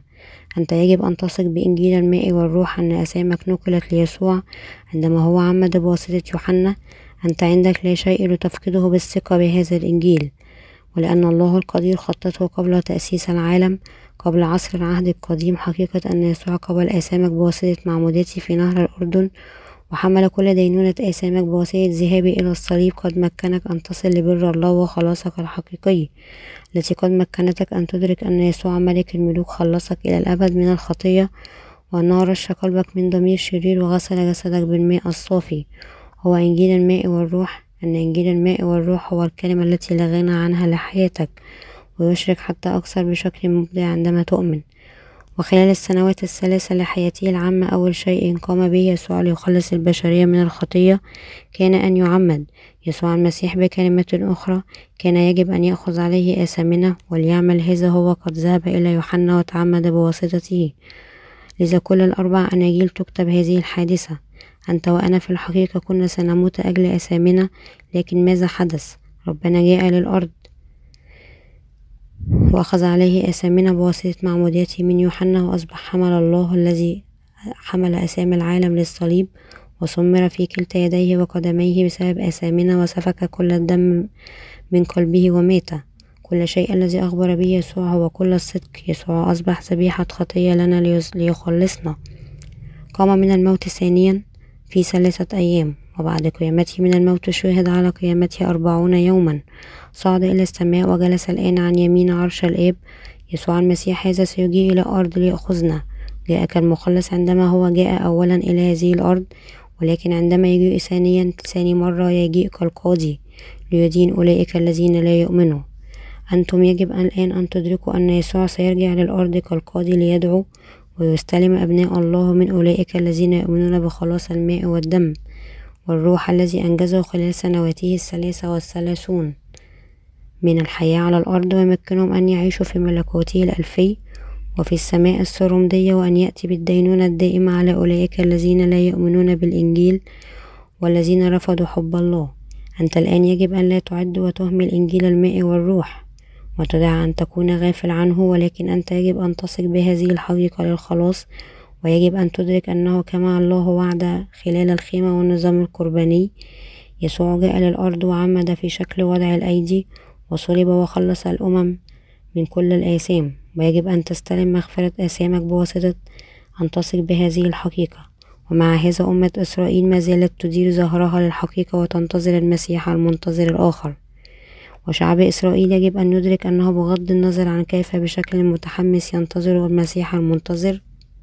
أنت يجب أن تثق بإنجيل الماء والروح أن أسامك نقلت ليسوع عندما هو عمد بواسطة يوحنا. أنت عندك لا شيء لتفقده بالثقة بهذا الإنجيل، ولأن الله القدير خطته قبل تأسيس العالم، قبل عصر العهد القديم، حقيقة أن يسوع قبل آثامك بواسطة معموديته في نهر الأردن، وحمل كل دينونة آثامك بواسطة ذهابه إلى الصليب، قد مكنك أن تصل لبر الله وخلاصك الحقيقي، التي قد مكنتك أن تدرك أن يسوع ملك الملوك خلصك إلى الأبد من الخطية، وأنه رش قلبك من ضمير شرير وغسل جسدك بالماء الصافي. هو إنجيل الماء والروح، أن إنجيل الماء والروح هو الكلمة التي لا غنى عنها لحياتك، ويشرك حتى أكثر بشكل مبدع عندما تؤمن. وخلال السنوات الثلاثة لحياته العامة، أول شيء قام به يسوع ليخلص البشرية من الخطية كان أن يعمد. يسوع المسيح بكلمة أخرى كان يجب أن يأخذ عليه آثامنا، وليعمل هذا هو قد ذهب إلى يوحنا وتعمد بواسطته. لذا كل الأربع أناجيل تكتب هذه الحادثة. أنت وأنا في الحقيقة كنا سنموت أجل آثامنا، لكن ماذا حدث؟ ربنا جاء للأرض وأخذ عليه آثامنا بواسطة معموديته من يوحنا، وأصبح حمل الله الذي حمل آثام العالم للصليب، وسمر في كلتا يديه وقدميه بسبب آثامنا، وسفك كل الدم من قلبه ومات. كل شيء الذي أخبر به يسوع هو كل الصدق. يسوع أصبح ذبيحة خطية لنا ليخلصنا. قام من الموت ثانيا في ثلاثة أيام، وبعد قيامته من الموت شهد على قيامته أربعون يوما، صعد إلى السماء وجلس الآن عن يمين عرش الآب. يسوع المسيح هذا سيجيء إلى الأرض ليأخذنا. جاء كالمخلص عندما هو جاء أولا إلى هذه الأرض، ولكن عندما يجيء ثانيا ثاني مرة يجيء كالقاضي ليدين أولئك الذين لا يؤمنوا. أنتم يجب الآن أن تدركوا أن يسوع سيرجع للأرض كالقاضي ليدعو ويستلم أبناء الله من أولئك الذين يؤمنون بخلاص الماء والدم والروح الذي أنجزه خلال سنواته الثلاثة والثلاثون من الحياة على الأرض، ويمكنهم أن يعيشوا في ملكوته الألفي وفي السماء السرمدية، وأن يأتي بالدينونة الدائمة على أولئك الذين لا يؤمنون بالإنجيل والذين رفضوا حب الله. أنت الآن يجب أن لا تعد وتهمل إنجيل الماء والروح وتدع أن تكون غافل عنه، ولكن أنت يجب أن تثق بهذه الحقيقة للخلاص، ويجب أن تدرك أنه كما الله وعد خلال الخيمة والنظام القرباني، يسوع جاء للأرض وعمد في شكل وضع الأيدي وصلب وخلص الأمم من كل الآثام. ويجب أن تستلم مغفرة آثامك بواسطة أن تثق بهذه الحقيقة. ومع هذا أمة إسرائيل ما زالت تدير ظهرها للحقيقة وتنتظر المسيح المنتظر الآخر. وشعب إسرائيل يجب أن يدرك أنه بغض النظر عن كيف بشكل متحمس ينتظر المسيح المنتظر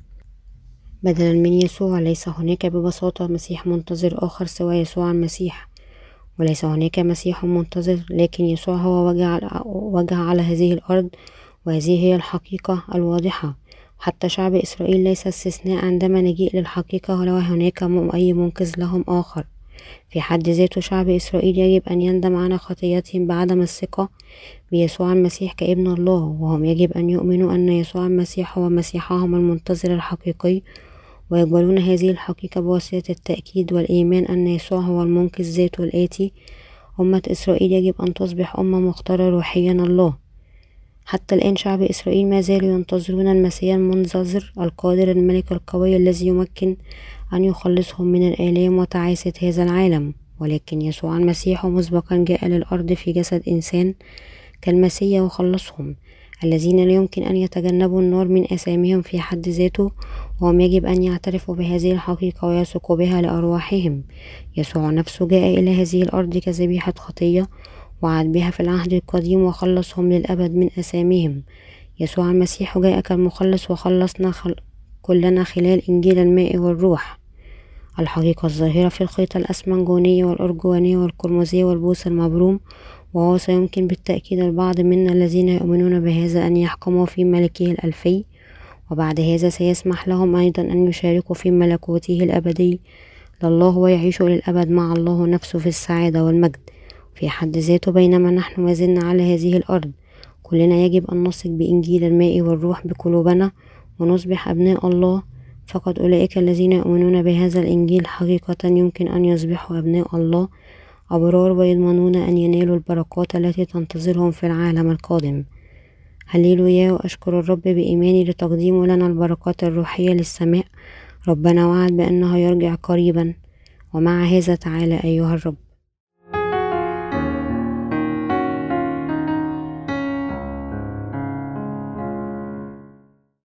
بدلا من يسوع، ليس هناك ببساطة مسيح منتظر آخر سوى يسوع المسيح، وليس هناك مسيح منتظر، لكن يسوع هو وجه على هذه الأرض، وهذه هي الحقيقة الواضحة. حتى شعب إسرائيل ليس استثناء عندما نجيء للحقيقة، ولا هناك أي منقذ لهم آخر. في حد ذاته شعب إسرائيل يجب أن يندم على خطيئتهم بعدم الثقة بيسوع المسيح كابن الله، وهم يجب أن يؤمنوا أن يسوع المسيح هو مسيحهم المنتظر الحقيقي، ويقبلون هذه الحقيقة بواسطة التأكيد والإيمان أن يسوع هو المنقذ ذاته الآتي. أمة إسرائيل يجب أن تصبح أمة مختارة روحيا الله. حتى الآن شعب إسرائيل ما زالوا ينتظرون المسيح المنتظر القادر، الملك القوي الذي يمكن أن يخلصهم من الآلام وتعاسة هذا العالم. ولكن يسوع المسيح مسبقا جاء للأرض في جسد إنسان كالمسيح وخلصهم، الذين لا يمكن أن يتجنبوا النار من آثامهم في حد ذاته، وهم يجب أن يعترفوا بهذه الحقيقة ويثقوا بها لأرواحهم. يسوع نفسه جاء إلى هذه الأرض كذبيحة خطية، وعاد بها في العهد القديم وخلصهم للأبد من آثامهم. يسوع المسيح جاء كالمخلص وخلصنا خل... كلنا خلال إنجيل الماء والروح، الحقيقة الظاهرة في الخيط الأسمنجوني والأرجواني والقرمزي والبوس المبروم. وهو سيمكن بالتأكيد البعض منا الذين يؤمنون بهذا أن يحكموا في ملكه الألفي، وبعد هذا سيسمح لهم أيضا أن يشاركوا في ملكوته الأبدي لله ويعيشوا للأبد مع الله نفسه في السعادة والمجد. في حد ذاته بينما نحن ما زلنا على هذه الأرض، كلنا يجب أن نثق بإنجيل الماء والروح بقلوبنا ونصبح أبناء الله. فقط أولئك الذين يؤمنون بهذا الإنجيل حقيقة يمكن أن يصبحوا أبناء الله أبرار، ويضمنون أن ينالوا البركات التي تنتظرهم في العالم القادم. هللويا. وأشكر الرب بإيماني لتقديمه لنا البركات الروحية للسماء. ربنا وعد بأنه يرجع قريبا، ومع هذا تعالى أيها الرب.